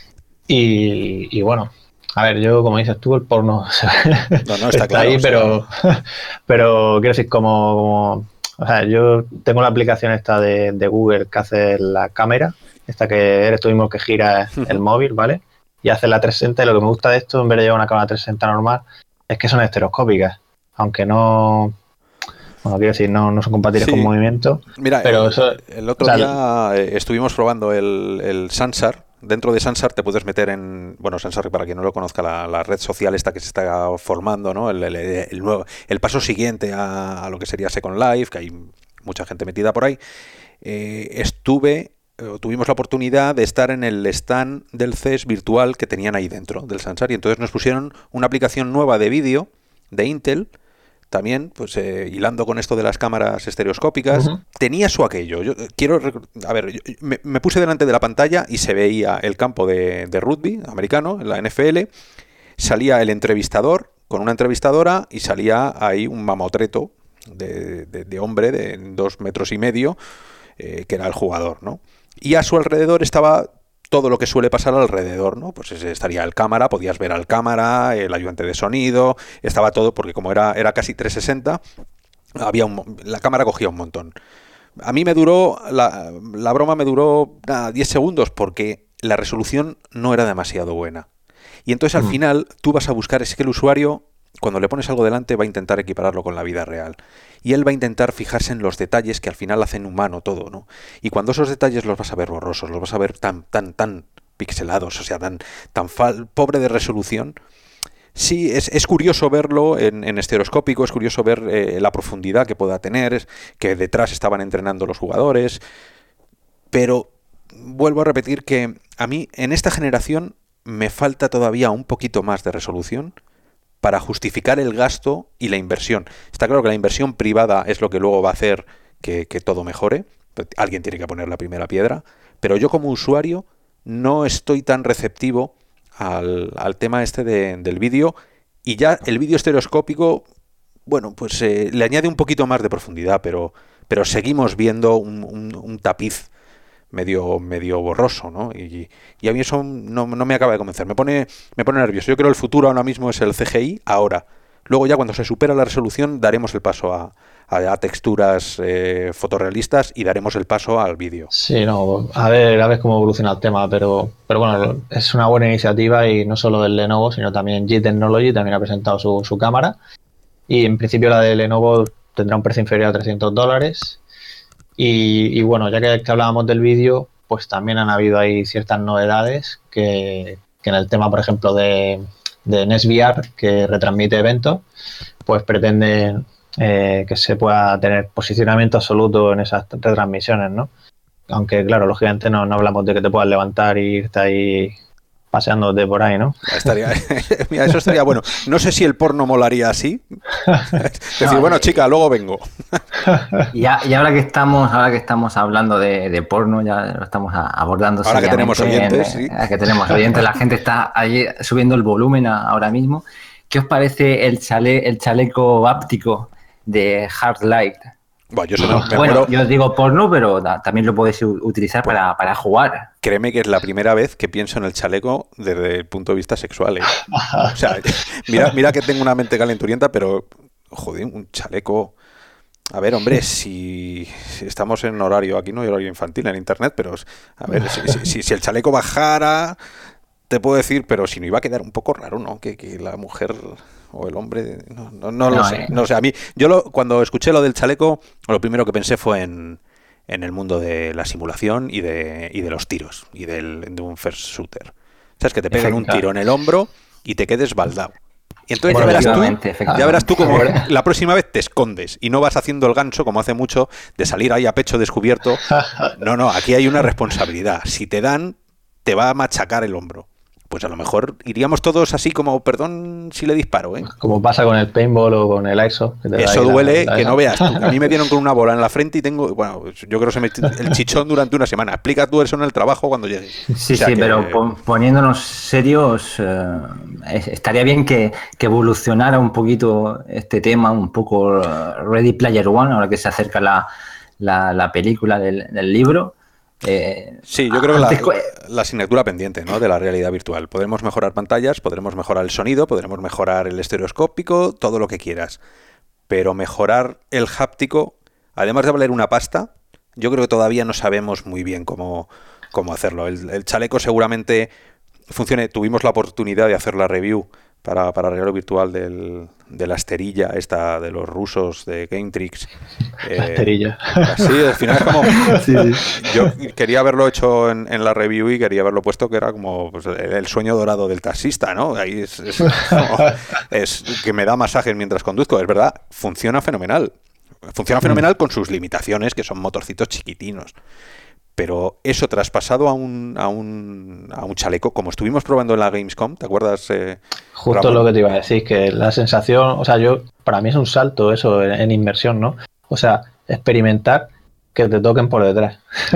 y, y bueno, a ver, yo como dices tú, el porno No, no, está está claro, ahí, o sea, pero, pero quiero decir, como, como- o sea, yo tengo la aplicación esta de, de Google que hace la cámara, esta que eres tú mismo que gira el móvil, ¿vale? Y hace la trescientos sesenta, y lo que me gusta de esto, en vez de llevar una cámara trescientos sesenta normal, es que son estereoscópicas, aunque no, bueno, quiero decir, no, no son compatibles Sí. con movimiento, Mira, pero eh, eso, el otro o sea, día eh, estuvimos probando el, el Sansar. Dentro de Sansar te puedes meter en... Bueno, Sansar, para quien no lo conozca, la, la red social esta que se está formando, ¿no? El, el- el nuevo, el paso siguiente a, a lo que sería Second Life, que hay mucha gente metida por ahí. Eh, estuve... eh, Tuvimos la oportunidad de estar en el stand del C E S virtual que tenían ahí dentro del Sansar, y entonces nos pusieron una aplicación nueva de vídeo de Intel, también, pues eh, hilando con esto de las cámaras estereoscópicas, Ujú. tenía su aquello. Yo eh, quiero, rec- a ver, yo- me, me puse delante de la pantalla y se veía el campo de, de rugby americano, en la N F L, salía el entrevistador con una entrevistadora y salía ahí un mamotreto de, de- de hombre de dos metros y medio, eh, que era el jugador, ¿no? Y a su alrededor estaba todo lo que suele pasar alrededor, ¿no? Pues ese estaría el cámara, podías ver al cámara, el ayudante de sonido, estaba todo, porque como era, era casi trescientos sesenta, había un, mo- la cámara cogía un montón. A mí me duró, la, la broma me duró nada, diez segundos, porque la resolución no era demasiado buena. Y entonces al Mm. final tú vas a buscar, es que el usuario, cuando le pones algo delante, va a intentar equipararlo con la vida real. Y él va a intentar fijarse en los detalles que al final hacen humano todo, ¿no? Y cuando esos detalles los vas a ver borrosos, los vas a ver tan, tan, tan pixelados, o sea, tan, tan fal- pobre de resolución. Sí, es, es curioso verlo en, en estereoscópico, es curioso ver eh, la profundidad que pueda tener, es- que detrás estaban entrenando los jugadores, pero vuelvo a repetir que a mí en esta generación me falta todavía un poquito más de resolución para justificar el gasto y la inversión. Está claro que la inversión privada es lo que luego va a hacer que, que todo mejore. Alguien tiene que poner la primera piedra. Pero yo como usuario no estoy tan receptivo al, al tema este de, del vídeo. Y ya el vídeo estereoscópico, bueno, pues eh, le añade un poquito más de profundidad, pero, pero seguimos viendo un, un, un tapiz medio medio borroso, ¿no? Y, y a mí eso no, no me acaba de convencer. Me pone, me pone nervioso. Yo creo que el futuro ahora mismo es el C G I, ahora. Luego ya cuando se supera la resolución daremos el paso a, a, a texturas eh, fotorrealistas y daremos el paso al vídeo. Sí, no, a ver, a ver cómo evoluciona el tema, pero, pero bueno, es una buena iniciativa y no solo del Lenovo, sino también G Technology también ha presentado su, su cámara y en principio la de Lenovo tendrá un precio inferior a trescientos dólares. Y, y bueno, ya que, que hablábamos del vídeo, pues también han habido ahí ciertas novedades que, que en el tema, por ejemplo, de, de NextVR, que retransmite eventos, pues pretenden eh, que se pueda tener posicionamiento absoluto en esas retransmisiones, ¿no? Aunque, claro, lógicamente no, no hablamos de que te puedas levantar y irte ahí paseándote por ahí, ¿no? Estaría, mira, eso estaría bueno. No sé si el porno molaría así. Es decir, bueno, chica, luego vengo. Y, a, y ahora que estamos, ahora que estamos hablando de, de porno, ya lo estamos a, abordando. Ahora que tenemos oyentes, en, sí. Ahora que tenemos oyentes, la gente está ahí subiendo el volumen a, ahora mismo. ¿Qué os parece el chale, el chaleco áptico de Hard Light? Bueno, yo, no, me bueno, muero. yo digo porno, pero da, también lo podéis utilizar pues, para, para jugar. Créeme que es la primera vez que pienso en el chaleco desde el punto de vista sexual. ¿eh? O sea, mira, mira que tengo una mente calenturienta, pero, joder, un chaleco. A ver, hombre, si, si estamos en horario, aquí no hay horario infantil en internet, pero, a ver, si, si, si el chaleco bajara, te puedo decir, pero si no iba a quedar un poco raro, ¿no? Que, que la mujer o el hombre, no, no, no, no lo sé, no sé. A mí, yo lo, cuando escuché lo del chaleco, lo primero que pensé fue en, en el mundo de la simulación y de, y de los tiros, y del, de un first shooter. ¿Sabes? Que te peguen un tiro en el hombro y te quedes baldado. Y entonces ya verás, tú, ya verás tú como la próxima vez te escondes y no vas haciendo el ganso como hace mucho de salir ahí a pecho descubierto. No, no, aquí hay una responsabilidad. Si te dan, te va a machacar el hombro. Pues a lo mejor iríamos todos así como, perdón si le disparo, ¿eh? Como pasa con el paintball o con el Airsoft. Eso duele, la, la que no veas tú. A mí me dieron con una bola en la frente y tengo, bueno, yo creo que se me el chichón durante una semana. Explica tú eso en el trabajo cuando llegues. Sí, o sea sí, que, pero poniéndonos serios, eh, estaría bien que, que evolucionara un poquito este tema, un poco Ready Player One, ahora que se acerca la, la, la película del, del libro. Eh, sí, yo creo que la, la asignatura pendiente, ¿no? De la realidad virtual. Podremos mejorar pantallas, podremos mejorar el sonido, podremos mejorar el estereoscópico, todo lo que quieras. Pero mejorar el háptico, además de valer una pasta, yo creo que todavía no sabemos muy bien cómo, cómo hacerlo. El, el chaleco seguramente funcione. Tuvimos la oportunidad de hacer la review para, para realidad virtual del, de la esterilla esta de los rusos de Gametrix. Eh, la esterilla. Sí, al final es como... sí, sí. Yo quería haberlo hecho en, en la review y quería haberlo puesto que era como pues, el, el sueño dorado del taxista, ¿no? Ahí es, es, como, es que me da masajes mientras conduzco. Es verdad, funciona fenomenal. Funciona fenomenal con sus limitaciones, que son motorcitos chiquitinos. Pero eso traspasado a un, a un a un chaleco, como estuvimos probando en la Gamescom, ¿te acuerdas? Eh, Justo Ramón? Lo que te iba a decir, que la sensación, o sea, yo, para mí es un salto eso en, en inmersión, ¿no? O sea, experimentar que te toquen por detrás.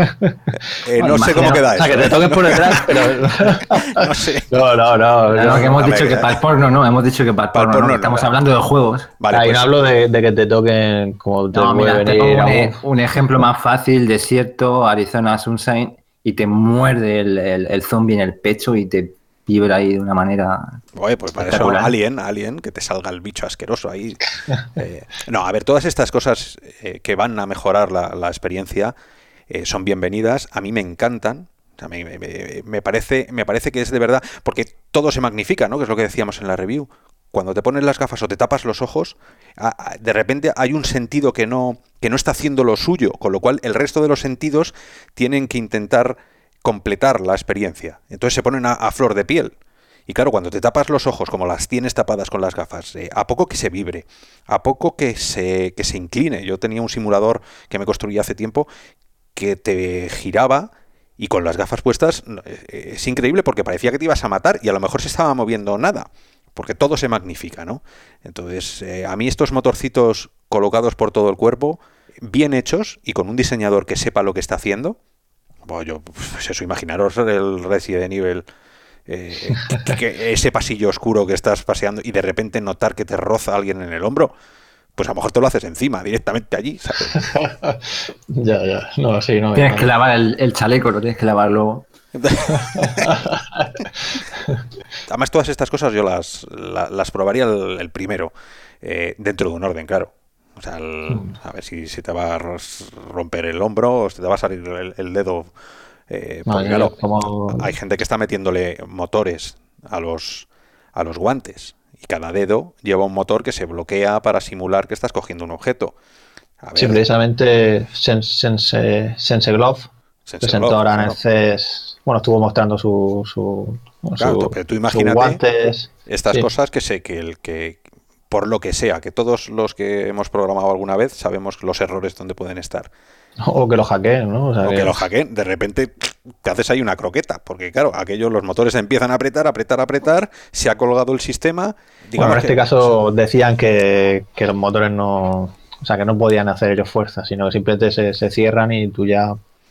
Eh, no sé cómo queda eso. O sea, que te toquen por detrás, pero... no sé. No, no, no. Claro, no que hemos a dicho ver, que para el porno no, hemos dicho que para el para el porno, porno no. no, Estamos no. hablando de juegos. Vale, Ahí pues, no hablo de, de que te toquen como te No, puede mira, te venir pongo a un, un- e- un ejemplo más fácil, desierto, Arizona Sunshine, y te muerde el, el, el zombie en el pecho y te vibra ahí de una manera... Oye, pues para eso espectacular. Alien, Alien, que te salga el bicho asqueroso ahí. Eh, no, a ver, todas estas cosas eh, que van a mejorar la, la experiencia eh, son bienvenidas. A mí me encantan. O sea, me, me- me parece, me parece que es de verdad, porque todo se magnifica, ¿no? Que es lo que decíamos en la review. Cuando te pones las gafas o te tapas los ojos, a- a- de repente hay un sentido que no, que no está haciendo lo suyo, con lo cual el resto de los sentidos tienen que intentar completar la experiencia. Entonces se ponen a, a flor de piel. Y claro, cuando te tapas los ojos, como las tienes tapadas con las gafas, eh, a poco que se vibre, a poco que se, que se incline. Yo tenía un simulador que me construí hace tiempo que te giraba y con las gafas puestas eh, es increíble porque parecía que te ibas a matar y a lo mejor se estaba moviendo nada, porque todo se magnifica, ¿no? Entonces, eh, a mí estos motorcitos colocados por todo el cuerpo bien hechos y con un diseñador que sepa lo que está haciendo. Bueno, yo, pues eso, imaginaros el Resident Evil, eh, que, que ese pasillo oscuro que estás paseando y de repente notar que te roza alguien en el hombro, pues a lo mejor te lo haces encima, directamente allí, ¿sabes? ya, ya, no, sí, no. Tienes no. que lavar el, el chaleco, lo tienes que lavar luego. Además, todas estas cosas yo las, las, las probaría el, el primero, eh, dentro de un orden, claro. O sea, el, a ver si, si te va a romper el hombro o si te va a salir el, el dedo. Eh, porque, no, claro, como... hay gente que está metiéndole motores a los, a los guantes y cada dedo lleva un motor que se bloquea para simular que estás cogiendo un objeto. A ver, sí, precisamente Sense, Sense, Sense Glove Sense presentó Glove, ahora en claro. el C E S, bueno, estuvo mostrando su, su, Claro, su, pero tú sus imagínate guantes. estas Sí. cosas que sé que el que por lo que sea, que todos los que hemos programado alguna vez sabemos los errores donde pueden estar. O que lo hackeen, ¿no? O, sea O que... que lo hackeen, de repente te haces ahí una croqueta, porque claro, aquellos los motores empiezan a apretar, apretar, apretar, se ha colgado el sistema. Digamos Bueno, en este que, caso decían que, que los motores no, o sea, que no podían hacer ellos fuerza, sino que simplemente se, se cierran y tú ya,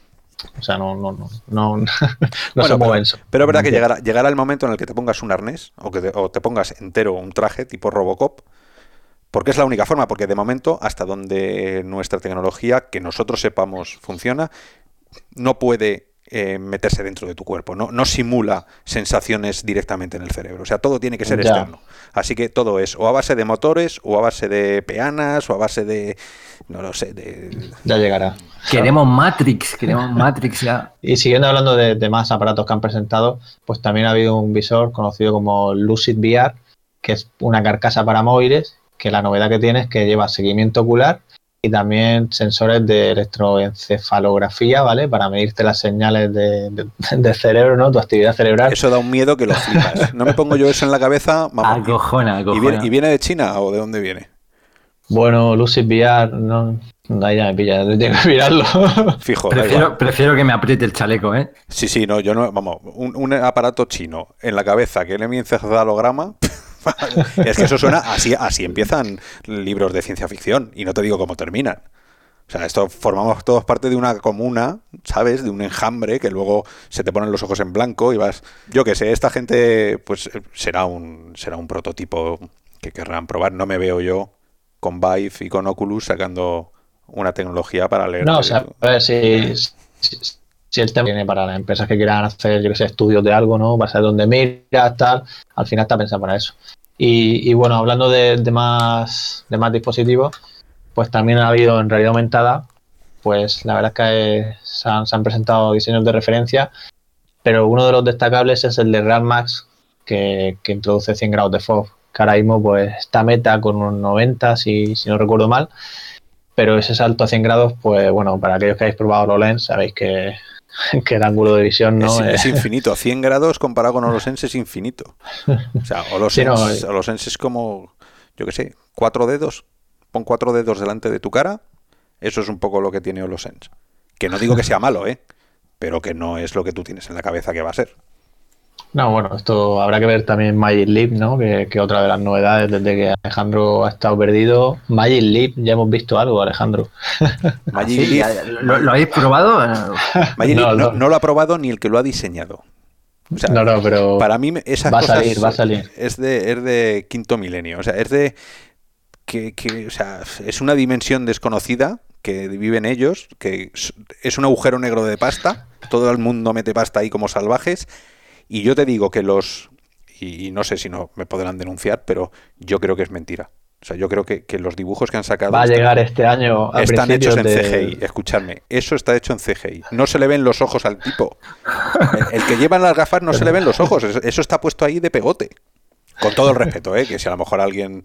o sea, no, no, no, no, no bueno, se mueven. pero, pero es verdad que llegará, llegará el momento en el que te pongas un arnés o que te, o te pongas entero un traje tipo Robocop, porque es la única forma, porque de momento, hasta donde nuestra tecnología, que nosotros sepamos, funciona, no puede eh, meterse dentro de tu cuerpo, no, no simula sensaciones directamente en el cerebro, o sea, todo tiene que ser Ya. externo. Así que todo es o a base de motores, o a base de peanas, o a base de, no lo sé, de... Ya llegará. Queremos Matrix, queremos Matrix ya. Y siguiendo hablando de, de más aparatos que han presentado, pues también ha habido un visor conocido como Lucid V R, que es una carcasa para móviles, que la novedad que tiene es que lleva seguimiento ocular y también sensores de electroencefalografía, ¿vale? Para medirte las señales de, de, del cerebro, ¿no? Tu actividad cerebral. Eso da un miedo que lo flipas. No me pongo yo eso en la cabeza, vamos. Acojona, ¿Y acojona. viene, ¿Y viene de China o de dónde viene? Bueno, Lucid V R, no, ahí ya me pilla, tengo que mirarlo. Fijo, da Prefiero, igual. prefiero que me apriete el chaleco, ¿eh? Sí, sí, no, yo no, vamos, un, un aparato chino en la cabeza que le mi encefalograma. Es que eso suena así, así empiezan libros de ciencia ficción y no te digo cómo terminan. O sea, esto formamos todos parte de una comuna, ¿sabes? De un enjambre que luego se te ponen los ojos en blanco y vas... Yo qué sé, esta gente pues será un será un prototipo que querrán probar. No me veo yo con Vive y con Oculus sacando una tecnología para leer. No, o sea, a ver, si, si, si el tema viene para las empresas que quieran hacer, yo que sé, estudios de algo, ¿no? Va a ser donde miras, tal, al final está pensado para eso. Y, y bueno, hablando de, de más de más dispositivos, pues también ha habido en realidad aumentada, pues la verdad es que se han, se han presentado diseños de referencia, pero uno de los destacables es el de Real Max, que, que introduce cien grados de fog, que ahora mismo pues está meta con unos noventa, si, si no recuerdo mal, pero ese salto a cien grados, pues bueno, para aquellos que hayáis probado HoloLens, sabéis que, que el ángulo de visión no es, es infinito, cien grados comparado con HoloSense es infinito. O sea, HoloSense, sí, no, eh... HoloSense es como, yo qué sé, cuatro dedos. Pon cuatro dedos delante de tu cara, eso es un poco lo que tiene HoloSense. Que no digo que sea malo, ¿eh? Pero que no es lo que tú tienes en la cabeza que va a ser. No, bueno, esto habrá que ver también Magic Leap, ¿no? Que, que otra de las novedades desde que Alejandro ha estado perdido. Magic Leap, ya hemos visto algo, Alejandro. Magic ¿Sí? Leap. ¿Lo, ¿Lo habéis probado? Magic no, Leap no, no. no lo ha probado ni el que lo ha diseñado. O sea, no, no, pero para mí esas va a cosas salir, va a salir. Es de, es de quinto milenio. O sea, es de... Que, que, o sea, es una dimensión desconocida que viven ellos, que es un agujero negro de pasta, todo el mundo mete pasta ahí como salvajes, y yo te digo que los, y, y no sé si no me podrán denunciar, pero yo creo que es mentira. O sea, yo creo que, que los dibujos que han sacado... Va a están, llegar este año a están hechos en de... C G I, escuchadme, eso está hecho en C G I. No se le ven los ojos al tipo. El, el que lleva las gafas no se le ven los ojos, eso está puesto ahí de pegote. Con todo el respeto, ¿eh? Que si a lo mejor a alguien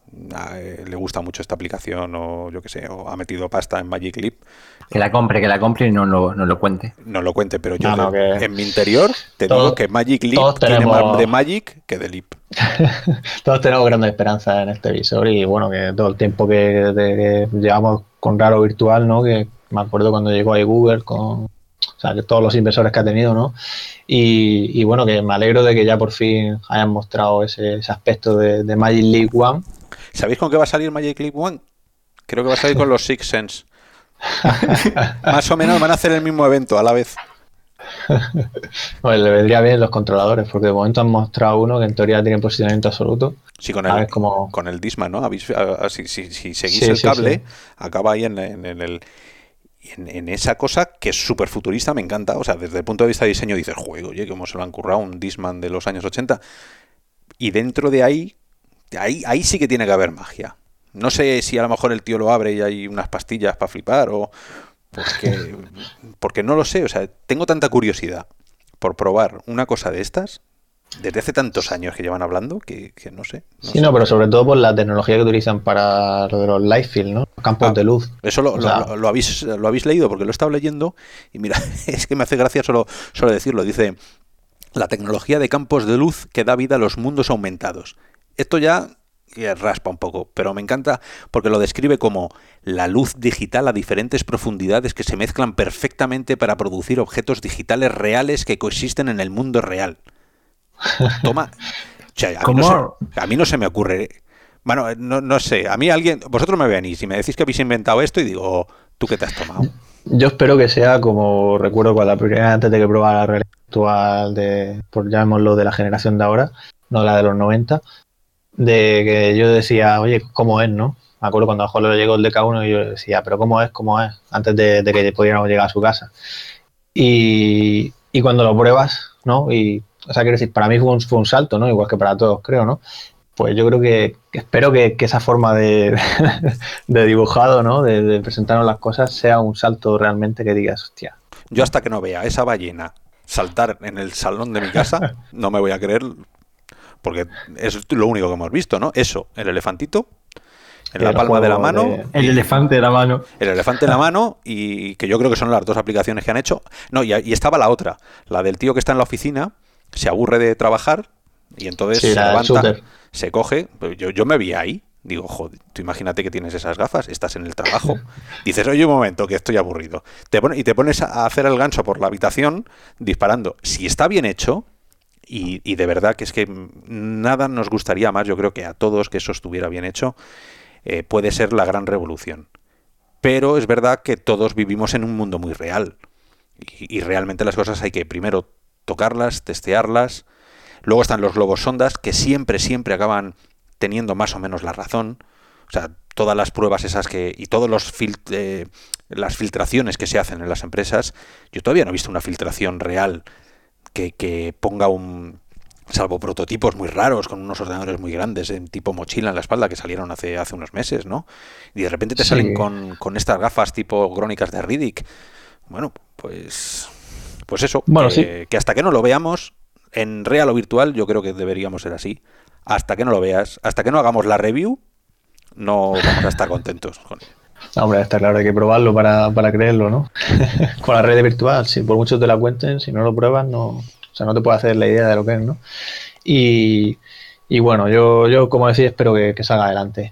eh, le gusta mucho esta aplicación o yo qué sé, o ha metido pasta en Magic Leap. Que la compre, que la compre y no lo, no lo cuente. No lo cuente, pero yo no, no, de, que... en mi interior te todos, digo que Magic Leap tenemos... tiene más de Magic que de Leap. Todos tenemos grandes esperanzas en este visor y bueno, que todo el tiempo que, de, que llevamos con Raro Virtual, ¿no? Que me acuerdo cuando llegó ahí Google con... O sea, que todos los inversores que ha tenido, ¿no? Y, y bueno, que me alegro de que ya por fin hayan mostrado ese, ese aspecto de, de Magic Leap One. ¿Sabéis con qué va a salir Magic Leap One? Creo que va a salir con los Six Sense. Más o menos van a hacer el mismo evento a la vez. Pues le vendría bien los controladores, porque de momento han mostrado uno que en teoría tiene posicionamiento absoluto. Sí, con A el, ver cómo- con el Discman, ¿no? Habéis- a- a- si, si- si seguís Sí, el sí, cable, sí. acaba ahí en, en- en el... En, en esa cosa que es súper futurista, me encanta. O sea, desde el punto de vista de diseño dices, juego, oye, cómo se lo han currado un Discman de los años ochenta. Y dentro de ahí, ahí, ahí sí que tiene que haber magia. No sé si a lo mejor el tío lo abre y hay unas pastillas para flipar o... Porque, porque no lo sé, o sea, tengo tanta curiosidad por probar una cosa de estas desde hace tantos años que llevan hablando que, que no sé. No Sí, sé. no, pero sobre todo por la tecnología que utilizan para lo de los light field, ¿no? Los campos Ah, de luz. Eso lo, O lo- sea- lo- lo habéis, lo habéis leído porque lo he estado leyendo y mira, es que me hace gracia solo, solo decirlo. Dice, la tecnología de campos de luz que da vida a los mundos aumentados. Esto ya eh, raspa un poco, pero me encanta porque lo describe como la luz digital a diferentes profundidades que se mezclan perfectamente para producir objetos digitales reales que coexisten en el mundo real. Toma. O sea, a, mí no ¿Cómo? se, a mí no se me ocurre. Bueno, no, no sé. A mí alguien. Vosotros me venís y me decís que habéis inventado esto y digo, ¿tú qué te has tomado? Yo espero que sea como recuerdo cuando la primera antes de que probara la realidad virtual de, por llamémoslo, de la generación de ahora, no la de los noventa, de que yo decía, oye, ¿cómo es, no? Me acuerdo cuando a Jorge le llegó el D K uno y yo decía, pero ¿cómo es? ¿Cómo es? Antes de, de que pudiéramos llegar a su casa. Y, y cuando lo pruebas, ¿no? Y, o sea, quiero decir, para mí fue un, fue un salto, ¿no? Igual que para todos, creo, ¿no? Pues yo creo que, que espero que, que esa forma de, de dibujado, ¿no? De, de presentarnos las cosas sea un salto realmente que digas, hostia. Yo hasta que no vea esa ballena saltar en el salón de mi casa, no me voy a creer, porque es lo único que hemos visto, ¿no? Eso, el elefantito en la El palma de la juego mano, de- El y- elefante de la mano. el elefante en la mano y que yo creo que son las dos aplicaciones que han hecho. No, y, y estaba la otra, la del tío que está en la oficina, se aburre de trabajar y entonces Sí, se la del levanta, shooter. se coge. Yo, yo me vi ahí, digo, joder, tú imagínate que tienes esas gafas, estás en el trabajo, dices, oye, un momento, que estoy aburrido. Te pone, y te pones a hacer el gancho por la habitación disparando. Si está bien hecho, y, y de verdad que es que nada nos gustaría más, yo creo que a todos que eso estuviera bien hecho, eh, puede ser la gran revolución. Pero es verdad que todos vivimos en un mundo muy real. Y, y realmente las cosas hay que primero tocarlas, testearlas. Luego están los globos sondas, que siempre, siempre acaban teniendo más o menos la razón. O sea, todas las pruebas esas que y todos los fil- eh, las filtraciones que se hacen en las empresas, yo todavía no he visto una filtración real que, que ponga un... Salvo prototipos muy raros, con unos ordenadores muy grandes, en tipo mochila en la espalda, que salieron hace, hace unos meses, ¿no? Y de repente te Sí. salen con, con estas gafas tipo crónicas de Riddick. Bueno, pues... Pues eso, Bueno, que, sí. que hasta que no lo veamos, en real o virtual, yo creo que deberíamos ser así. Hasta que no lo veas, hasta que no hagamos la review, no vamos a estar contentos con ello. Hombre, está claro, hay que probarlo para, para creerlo, ¿no? Con la red virtual, si por mucho te la cuenten, si no lo pruebas, no, o sea, no te puedes hacer la idea de lo que es, ¿no? Y, y bueno, yo, yo, como decía, espero que, que salga adelante.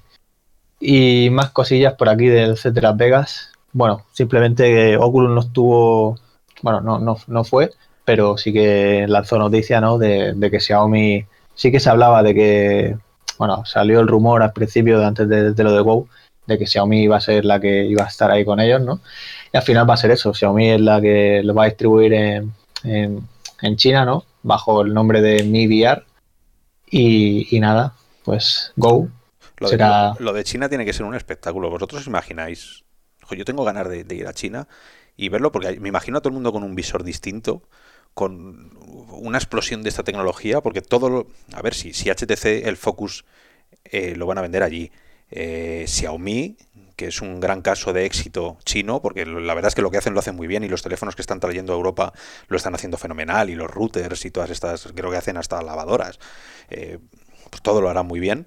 Y más cosillas por aquí del C E T Las Vegas. Bueno, simplemente que Oculus no estuvo, bueno, no, no, no fue, pero sí que lanzó noticia, ¿no? De, de que Xiaomi, sí que se hablaba de que, bueno, salió el rumor al principio, de antes de, de lo de Go, de que Xiaomi iba a ser la que iba a estar ahí con ellos, ¿no? Y al final va a ser eso, Xiaomi es la que lo va a distribuir en, en, en China, ¿no? Bajo el nombre de Mi V R. Y, y nada, pues Go Lo de, será... lo de China tiene que ser un espectáculo. ¿Vosotros os imagináis? Ojo, yo tengo ganas de, de ir a China y verlo porque me imagino a todo el mundo con un visor distinto, con una explosión de esta tecnología, porque todo lo... A ver, si, si H T C, el Focus, eh, lo van a vender allí. Eh, Xiaomi, que es un gran caso de éxito chino, porque la verdad es que lo que hacen lo hacen muy bien y los teléfonos que están trayendo a Europa lo están haciendo fenomenal y los routers y todas estas, creo que hacen hasta lavadoras. Eh, pues todo lo harán muy bien.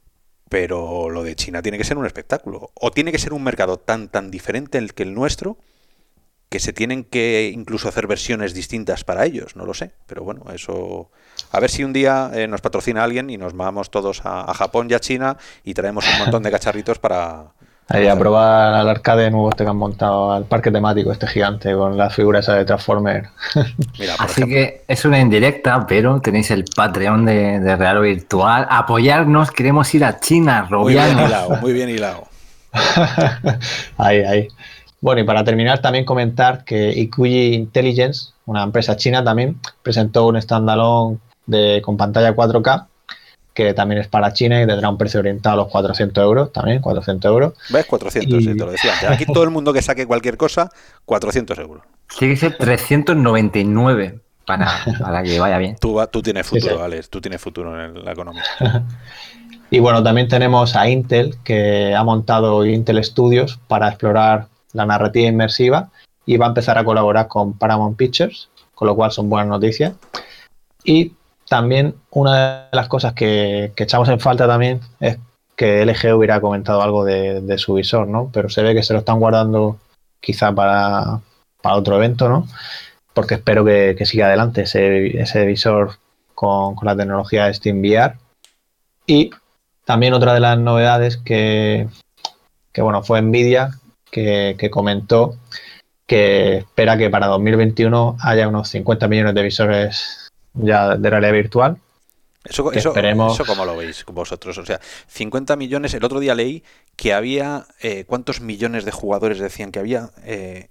Pero lo de China tiene que ser un espectáculo. O tiene que ser un mercado tan tan diferente el que el nuestro, que se tienen que incluso hacer versiones distintas para ellos. No lo sé. Pero bueno, eso... A ver si un día eh, nos patrocina alguien y nos vamos todos a, a Japón y a China y traemos un montón de cacharritos para... Ahí a probar al arcade nuevo este que han montado, al parque temático este gigante con las figuras de Transformers. Mira, por Así ejemplo, que es una indirecta, pero tenéis el Patreon de, de Real o Virtual. Apoyarnos, queremos ir a China, muy bien Robiano. hilado, muy bien hilado. Ahí, ahí. Bueno, y para terminar también comentar que Ikuji Intelligence, una empresa china también, presentó un standalone de, con pantalla cuatro K, que también es para China y tendrá un precio orientado a los cuatrocientos euros, también cuatrocientos euros. ¿Ves? cuatrocientos, Y- sí, te lo decía antes. Aquí todo el mundo que saque cualquier cosa, cuatrocientos euros. Tiene que ser trescientos noventa y nueve para, para que vaya bien. Tú, va- tú tienes Sí, futuro, sí. Alex, tú tienes futuro en la economía. Y bueno, también tenemos a Intel, que ha montado Intel Studios para explorar la narrativa inmersiva y va a empezar a colaborar con Paramount Pictures, con lo cual son buenas noticias. Y también una de las cosas que, que echamos en falta también es que L G hubiera comentado algo de, de su visor, ¿no? Pero se ve que se lo están guardando quizá para, para otro evento, ¿no? Porque espero que, que siga adelante ese, ese visor con, con la tecnología de SteamVR. Y también otra de las novedades que, que bueno, fue Nvidia, que, que comentó que espera que para dos mil veintiuno haya unos cincuenta millones de visores ya de realidad virtual. Eso, Que eso, esperemos- eso cómo lo veis vosotros. O sea, cincuenta millones. El otro día leí que había. Eh, ¿Cuántos millones de jugadores decían que había? Eh,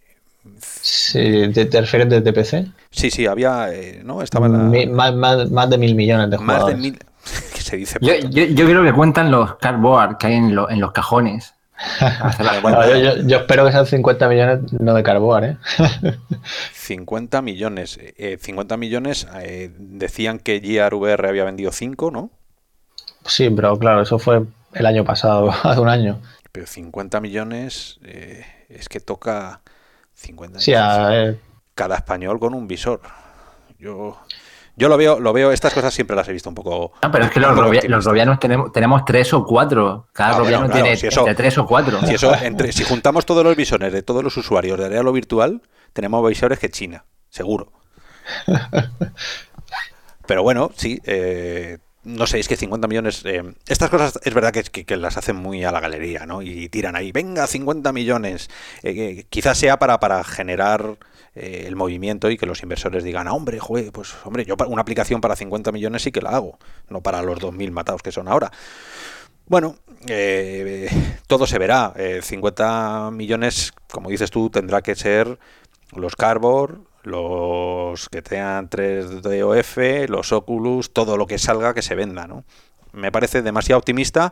Si te, te refieres desde P C, sí, sí, había. Eh, ¿no? Estaba en la. Mi- más, más, más de mil millones de Más de jugadores. mil. ¿Qué se dice? Yo, pronto? yo, yo creo que cuentan los cardboard que hay en, lo- en los cajones. Hacer la- Bueno, No, yo, yo- yo espero que sean cincuenta millones, no de Carboar, ¿eh? cincuenta millones. Eh, cincuenta millones. Eh, decían que G R V R había vendido cinco, ¿no? Sí, pero claro, eso fue el año pasado, hace un año. Pero cincuenta millones. Eh, es que toca. cincuenta Sí, a ver, cada español con un visor. Yo. Yo lo veo, lo veo, estas cosas siempre las he visto un poco. No, pero es que un los, poco robia- optimista. los robianos tenemos, tenemos tres o cuatro. Cada Ah, bueno, robiano claro, tiene si eso- entre tres o cuatro. Si eso, entre, si juntamos todos los visores de todos los usuarios de Realo Virtual, tenemos visores que China, seguro. Pero bueno, sí, eh, no sé, es que cincuenta millones. Eh, estas cosas es verdad que, que, que las hacen muy a la galería, ¿no? Y tiran ahí, venga, cincuenta millones. Eh, que quizás sea para, para generar eh, el movimiento y que los inversores digan, ah, hombre, joder, pues hombre, yo para una aplicación para cincuenta millones sí que la hago, no para los dos mil matados que son ahora. Bueno, eh, todo se verá. Eh, cincuenta millones, como dices tú, tendrá que ser los Cardboard, los que tengan tres D O F, los Oculus, todo lo que salga que se venda, ¿no? Me parece demasiado optimista,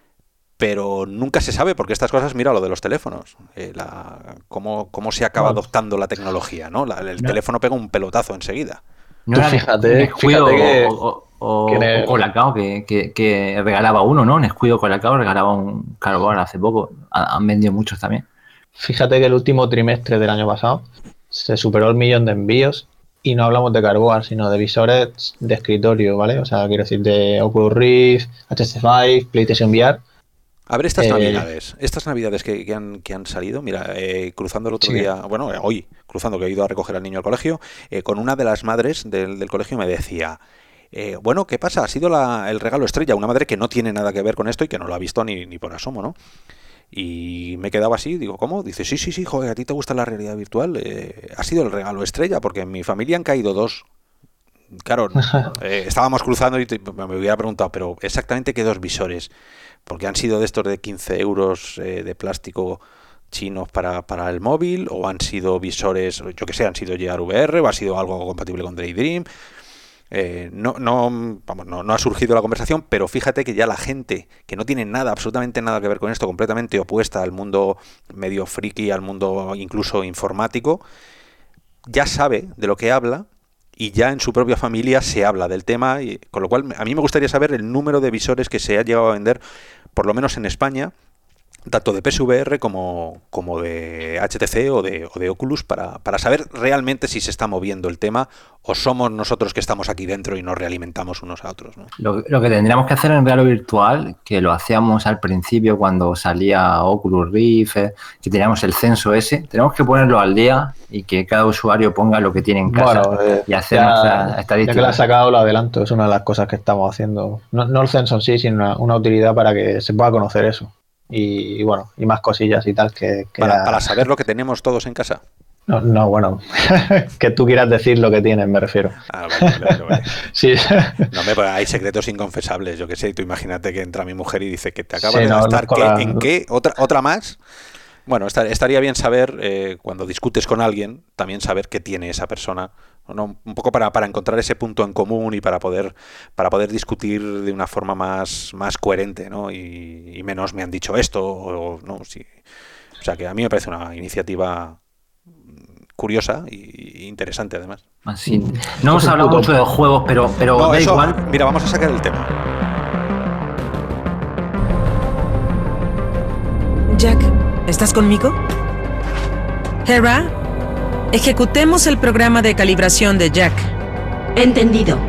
pero nunca se sabe porque estas cosas, mira lo de los teléfonos, eh, la, cómo, cómo se acaba Bueno. adoptando la tecnología, ¿no? La- el No. teléfono pega un pelotazo enseguida. No Tú era fíjate, Nescuido fíjate que- o, o, o- que en el- o Colacao que, que, que regalaba uno, ¿no? Nescuido Colacao regalaba un cardboard hace poco. Ha- Han vendido muchos también. fíjate que el último trimestre del año pasado se superó el millón de envíos y no hablamos de Carboar, sino de visores de escritorio, ¿vale? O sea, quiero decir, de Oculus Rift, H T C Vive, PlayStation V R. A ver, estas Eh, navidades, estas navidades que, que han, que han salido, mira, eh, cruzando el otro Sí. día, bueno, eh, hoy, cruzando que he ido a recoger al niño al colegio, eh, con una de las madres del, del colegio me decía, eh, bueno, ¿qué pasa? Ha sido la- el regalo estrella, una madre que no tiene nada que ver con esto y que no lo ha visto ni, ni por asomo, ¿no? Y me quedaba así, digo, ¿cómo? Dice, sí, sí, sí, joder, ¿a ti te gusta la realidad virtual? Eh, ha sido el regalo estrella, porque en mi familia han caído dos. Claro, eh, estábamos cruzando y te- me hubiera preguntado, pero exactamente qué dos visores, porque han sido de estos de quince euros eh, de plástico chinos para, para el móvil, o han sido visores, yo que sé, han sido G R V R, o ha sido algo compatible con Daydream. Eh, no, no, vamos, no, no ha surgido la conversación, pero fíjate que ya la gente que no tiene nada, absolutamente nada que ver con esto, completamente opuesta al mundo medio friki, al mundo incluso informático, ya sabe de lo que habla y ya en su propia familia se habla del tema, y, con lo cual a mí me gustaría saber el número de visores que se ha llegado a vender, por lo menos en España, tanto de P S V R como, como de H T C o de, o de Oculus, para, para saber realmente si se está moviendo el tema o somos nosotros que estamos aquí dentro y nos realimentamos unos a otros, ¿no? Lo, lo que tendríamos que hacer en Realo Virtual, que lo hacíamos al principio cuando salía Oculus Rift, eh, que teníamos el censo ese, tenemos que ponerlo al día y que cada usuario ponga lo que tiene en casa Bueno, eh, y hacer ya, nuestra ya estadística. que lo has sacado, lo adelanto. Es una de las cosas que estamos haciendo. No, no el censo en sí, sino una, una utilidad para que se pueda conocer eso. Y, y bueno, y más cosillas y tal que... que Para, ya- para saber lo que tenemos todos en casa. No, no, bueno, que tú quieras decir lo que tienes, me refiero. Ah, vale, vale, vale. Sí, No, me, hay secretos inconfesables, yo que sé. Tú imagínate que entra mi mujer y dice que te acabas Sí, de no, gastar, no, con ¿qué? la- ¿En qué? ¿Otra, otra más? Bueno, estaría bien saber, eh, cuando discutes con alguien, también saber qué tiene esa persona, ¿no? Un poco para, para encontrar ese punto en común y para poder para poder discutir de una forma más, más coherente, ¿no? Y, y menos me han dicho esto, o, ¿no? Sí. O sea que a mí me parece una iniciativa curiosa e interesante, además. Así. No hemos hablado mucho de juegos, pero, pero no, da eso, igual. Mira, vamos a sacar el tema. Jack, ¿estás conmigo? Hera, ejecutemos el programa de calibración de Jack. Entendido.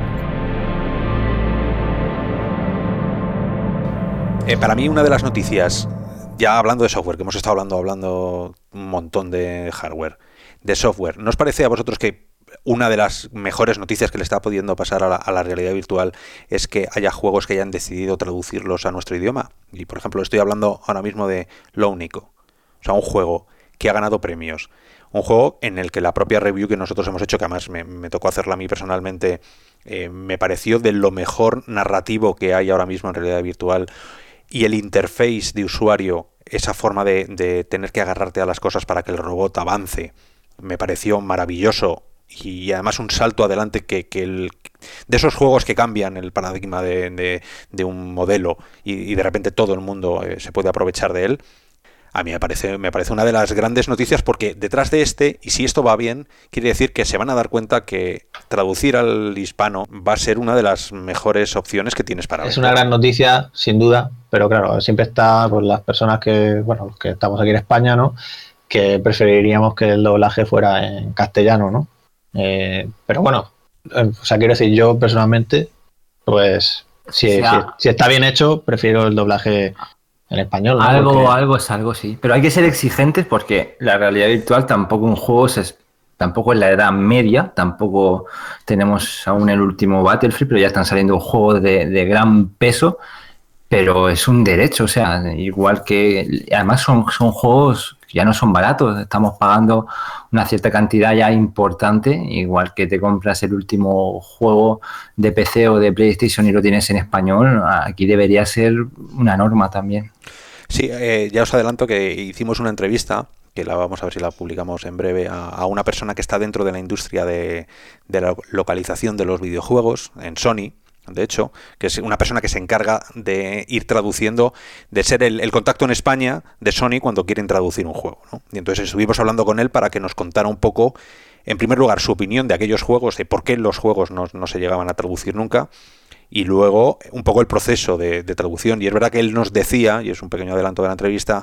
Eh, para mí, una de las noticias, ya hablando de software, que hemos estado hablando, hablando un montón de hardware, de software, ¿no os parece a vosotros que una de las mejores noticias que le está pudiendo pasar a la, a la realidad virtual es que haya juegos que hayan decidido traducirlos a nuestro idioma? Y, por ejemplo, estoy hablando ahora mismo de Lownico, o sea, un juego que ha ganado premios, un juego en el que la propia review que nosotros hemos hecho, que además me, me tocó hacerla a mí personalmente, eh, me pareció de lo mejor narrativo que hay ahora mismo en realidad virtual, y el interface de usuario, esa forma de, de tener que agarrarte a las cosas para que el robot avance, me pareció maravilloso. Y además un salto adelante que, que el, de esos juegos que cambian el paradigma de, de, de un modelo y, y de repente todo el mundo eh, se puede aprovechar de él. A mí me parece, me parece una de las grandes noticias, porque detrás de este, y si esto va bien, quiere decir que se van a dar cuenta que traducir al hispano va a ser una de las mejores opciones que tienes para ver. Es una gran noticia, sin duda, pero claro, siempre está pues, las personas que, bueno, los que estamos aquí en España, ¿no? Que preferiríamos que el doblaje fuera en castellano, ¿no? Eh, pero bueno, eh, o sea, quiero decir, yo personalmente, pues si, o sea, si, si está bien hecho, prefiero el doblaje en español, ¿no? Algo, Porque... algo es algo, sí. Pero hay que ser exigentes porque la realidad virtual tampoco un juego es, tampoco es la edad media, tampoco tenemos aún el último Battlefield, pero ya están saliendo juegos de, de gran peso, pero es un derecho, o sea, igual que además son, son juegos que ya no son baratos, estamos pagando una cierta cantidad ya importante, igual que te compras el último juego de P C o de PlayStation y lo tienes en español, aquí debería ser una norma también. Sí, eh, ya os adelanto que hicimos una entrevista, que la vamos a ver si la publicamos en breve, a, a una persona que está dentro de la industria de, de la localización de los videojuegos en Sony, de hecho, que es una persona que se encarga de ir traduciendo, de ser el, el contacto en España de Sony cuando quieren traducir un juego, ¿no? Y entonces estuvimos hablando con él para que nos contara un poco, en primer lugar, su opinión de aquellos juegos, de por qué los juegos no, no se llegaban a traducir nunca, y luego un poco el proceso de, de traducción. Y es verdad que él nos decía, y es un pequeño adelanto de la entrevista,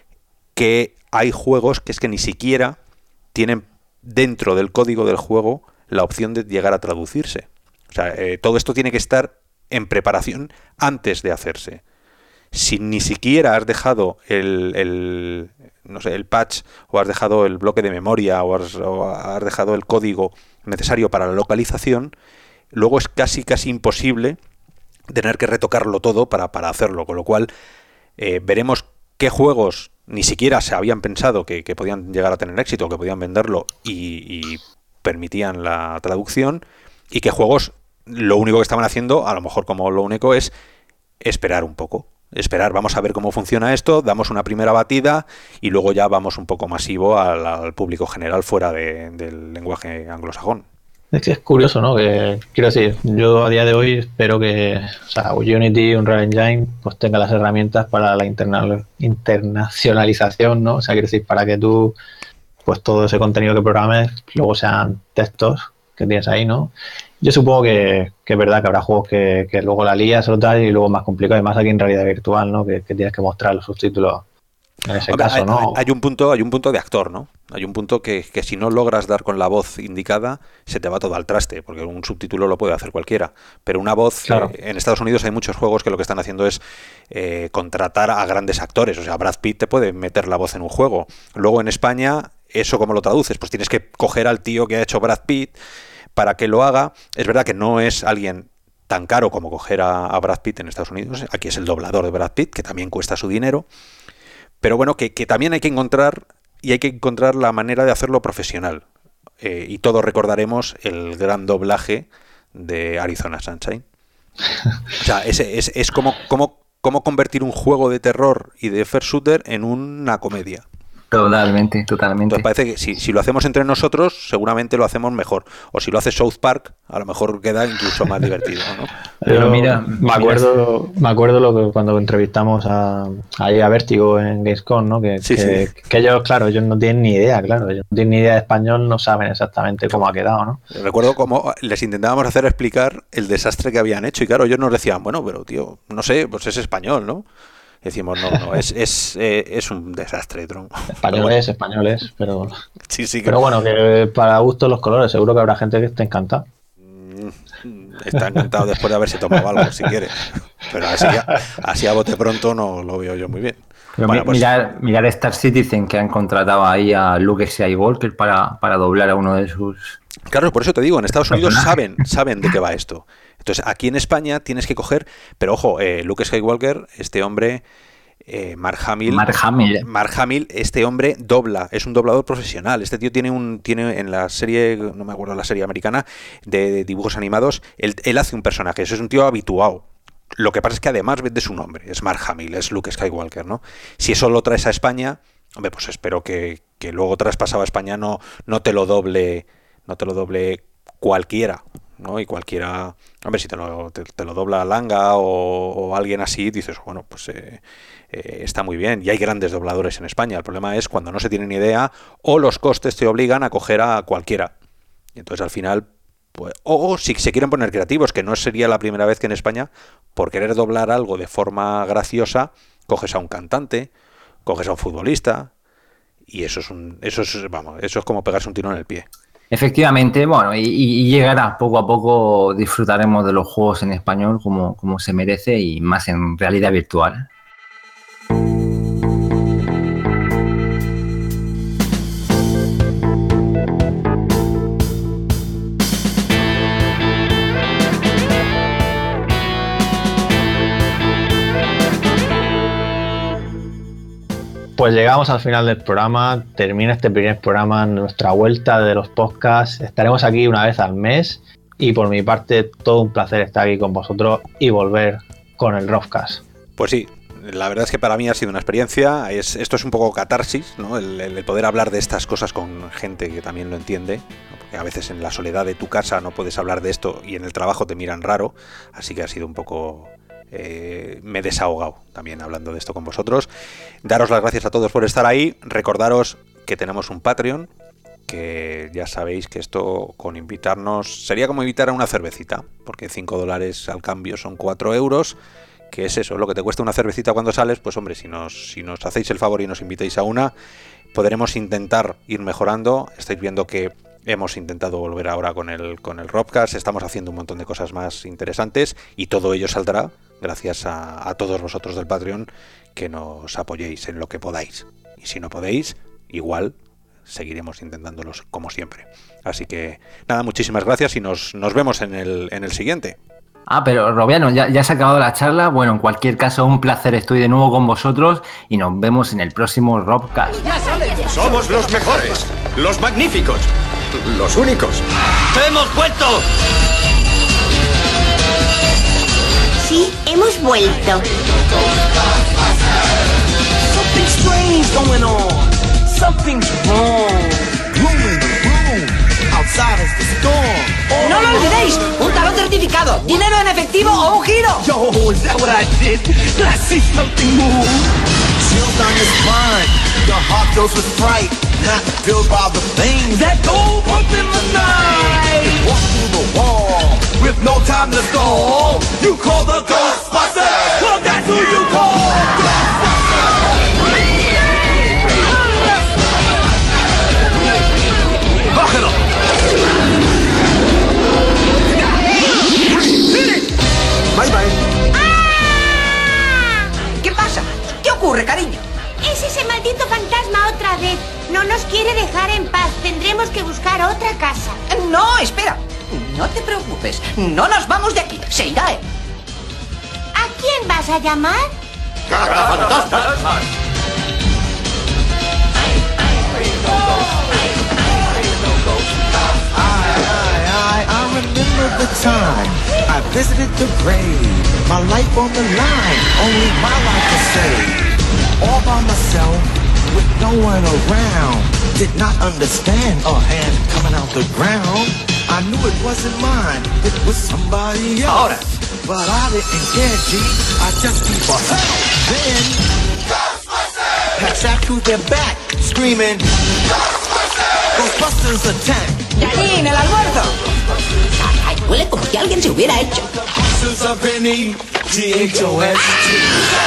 que hay juegos que es que ni siquiera tienen dentro del código del juego la opción de llegar a traducirse. O sea, eh, todo esto tiene que estar en preparación antes de hacerse. Si ni siquiera has dejado el, el, no sé, el patch, o has dejado el bloque de memoria, o has, o has dejado el código necesario para la localización, luego es casi casi imposible tener que retocarlo todo para, para hacerlo. Con lo cual, eh, veremos qué juegos ni siquiera se habían pensado que, que podían llegar a tener éxito, que podían venderlo y, y permitían la traducción, y qué juegos lo único que estaban haciendo, a lo mejor como lo único, es esperar un poco. Esperar, vamos a ver cómo funciona esto, damos una primera batida y luego ya vamos un poco masivo al, al público general fuera de, del lenguaje anglosajón. Es que es curioso, ¿no? Que, quiero decir, yo a día de hoy espero que, o sea, Unity, Unreal Engine, pues tenga las herramientas para la interna- internacionalización, ¿no? O sea, quiero decir, para que tú, pues todo ese contenido que programes, luego sean textos que tienes ahí, ¿no? Yo supongo que, que es verdad que habrá juegos que, que luego la lías o tal y luego es más complicado, y más aquí en realidad virtual, ¿no? Que, que tienes que mostrar los subtítulos en ese Hombre, caso, hay, ¿no? hay un punto, hay un punto de actor, ¿no? Hay un punto que, que si no logras dar con la voz indicada, se te va todo al traste, porque un subtítulo lo puede hacer cualquiera. Pero una voz, claro. eh, en Estados Unidos hay muchos juegos que lo que están haciendo es eh, contratar a grandes actores. O sea, Brad Pitt te puede meter la voz en un juego. Luego en España, ¿eso cómo lo traduces? Pues tienes que coger al tío que ha hecho Brad Pitt para que lo haga. Es verdad que no es alguien tan caro como coger a, a Brad Pitt en Estados Unidos. Aquí es el doblador de Brad Pitt, que también cuesta su dinero. Pero bueno, que, que también hay que encontrar, y hay que encontrar la manera de hacerlo profesional. Eh, y todos recordaremos el gran doblaje de Arizona Sunshine. O sea, es, es, es como, como cómo convertir un juego de terror y de first shooter en una comedia. Totalmente, totalmente. Entonces parece que si, si lo hacemos entre nosotros, seguramente lo hacemos mejor. O si lo hace South Park, a lo mejor queda incluso más divertido, ¿no? Pero mira, me acuerdo, me acuerdo lo que cuando entrevistamos a, ahí a Vértigo en Gamescom, ¿no? Que, sí, que, sí. que ellos, claro, ellos no tienen ni idea, claro, ellos no tienen ni idea de español, no saben exactamente cómo ha quedado, ¿no? Recuerdo cómo les intentábamos hacer explicar el desastre que habían hecho y claro, ellos nos decían, bueno, pero tío, no sé, pues es español, ¿no? Decimos, no, no, es, es, eh, es un desastre, tron. Españoles, bueno. españoles, pero... Sí, sí. Que... Pero bueno, que para gusto los colores, seguro que habrá gente que esté encantada. Está encantado después de haberse tomado algo, si quiere. Pero así a, así a bote pronto no lo veo yo muy bien. Pero bueno, pues... mirar, mirar Star Citizen, que han contratado ahí a Luke Skywalker para, para doblar a uno de sus... Claro, por eso te digo, en Estados Unidos saben, saben de qué va esto. Entonces, aquí en España tienes que coger... Pero ojo, eh, Luke Skywalker, este hombre... Eh, Mark Hamill, Mark Hamill. Mark Hamill, este hombre dobla, es un doblador profesional. Este tío tiene un tiene en la serie, no me acuerdo la serie americana de, de dibujos animados, él, él hace un personaje, eso es un tío habituado. Lo que pasa es que además vende su nombre, es Mark Hamill, es Luke Skywalker, ¿no? Si eso lo traes a España, hombre, pues espero que, que luego traspasado a España no, no te lo doble, no te lo doble cualquiera, ¿no? Y cualquiera, hombre, si te lo, te, te lo dobla Langa o, o alguien así, dices, bueno, pues eh, eh, está muy bien. Y hay grandes dobladores en España. El problema es cuando no se tiene ni idea o los costes te obligan a coger a cualquiera. Y entonces al final, pues, o, o si se quieren poner creativos, que no sería la primera vez que en España, por querer doblar algo de forma graciosa, coges a un cantante, coges a un futbolista, y eso es un, eso es, vamos, eso es como pegarse un tiro en el pie. Efectivamente, bueno, y, y llegará, poco a poco disfrutaremos de los juegos en español como, como se merece y más en realidad virtual. Pues llegamos al final del programa, termina este primer programa, nuestra vuelta de los podcasts. Estaremos aquí una vez al mes y por mi parte todo un placer estar aquí con vosotros y volver con el Rovcast. Pues sí, la verdad es que para mí ha sido una experiencia, es, esto es un poco catarsis, ¿no? El, el poder hablar de estas cosas con gente que también lo entiende, ¿no? Porque a veces en la soledad de tu casa no puedes hablar de esto y en el trabajo te miran raro, así que ha sido un poco... Eh, me he desahogado también hablando de esto con vosotros. Daros las gracias a todos por estar ahí. Recordaros que tenemos un Patreon, que ya sabéis que esto con invitarnos sería como invitar a una cervecita, porque cinco dólares al cambio son cuatro euros, que es eso, lo que te cuesta una cervecita cuando sales. Pues hombre, si nos, si nos hacéis el favor y nos invitáis a una, podremos intentar ir mejorando. Estáis viendo que hemos intentado volver ahora con el, con el Rovcast, estamos haciendo un montón de cosas más interesantes y todo ello saldrá gracias a, a todos vosotros del Patreon que nos apoyéis en lo que podáis. Y si no podéis, igual seguiremos intentándolos como siempre. Así que nada, muchísimas gracias y nos, nos vemos en el, en el siguiente. Ah, pero Robiano, ya, ya se ha acabado la charla. Bueno, en cualquier caso, un placer, estoy de nuevo con vosotros y nos vemos en el próximo Rovcast. Somos los mejores, los magníficos, los únicos. ¡Hemos vuelto! Sí, hemos vuelto. Something strange going on. Something's wrong. Room, room. Outside is the storm. No lo olvidéis, un talón certificado, dinero en efectivo o un giro. Yo, is that what I did? Did I see something move? Chills down your spine, your heart fills with fright, not filled by the things that go bump in the night. Walk through the wall with no time to stall. You call the Ghostbusters. Well, that's who you call. Bájalo. Bye bye. ¡Ah! ¿Qué pasa? ¿Qué ocurre, cariño? Es ese maldito fantasma otra vez. No nos quiere dejar en paz. Tendremos que buscar otra casa. No, espera. No te preocupes. No nos vamos de aquí. Se irá él. ¿A quién vas a llamar? ¡Cazafantasmas! I remember the time I visited the grave, my life on the line, only my life to save. All by myself, with no one around. Did not understand a hand coming out the ground. I knew it wasn't mine, it was somebody else. Ahora. But I didn't care, G, I just keep a hell. Then, packed to their back, screaming, Ghostbusters attack. ¡Yanin, el almuerzo! Ay, huele como si alguien se hubiera hecho. Ghostbusters of Penny, G H O S T.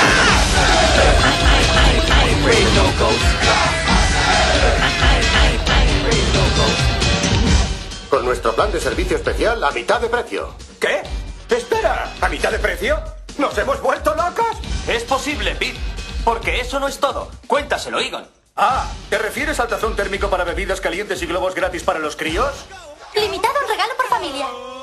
Con nuestro plan de servicio especial a mitad de precio. ¿Qué? ¡Espera! ¿A mitad de precio? ¿Nos hemos vuelto locos? Es posible, Pete. Porque eso no es todo. Cuéntaselo, Egon. Ah, ¿te refieres al tazón térmico para bebidas calientes y globos gratis para los críos? Limitado un regalo por familia.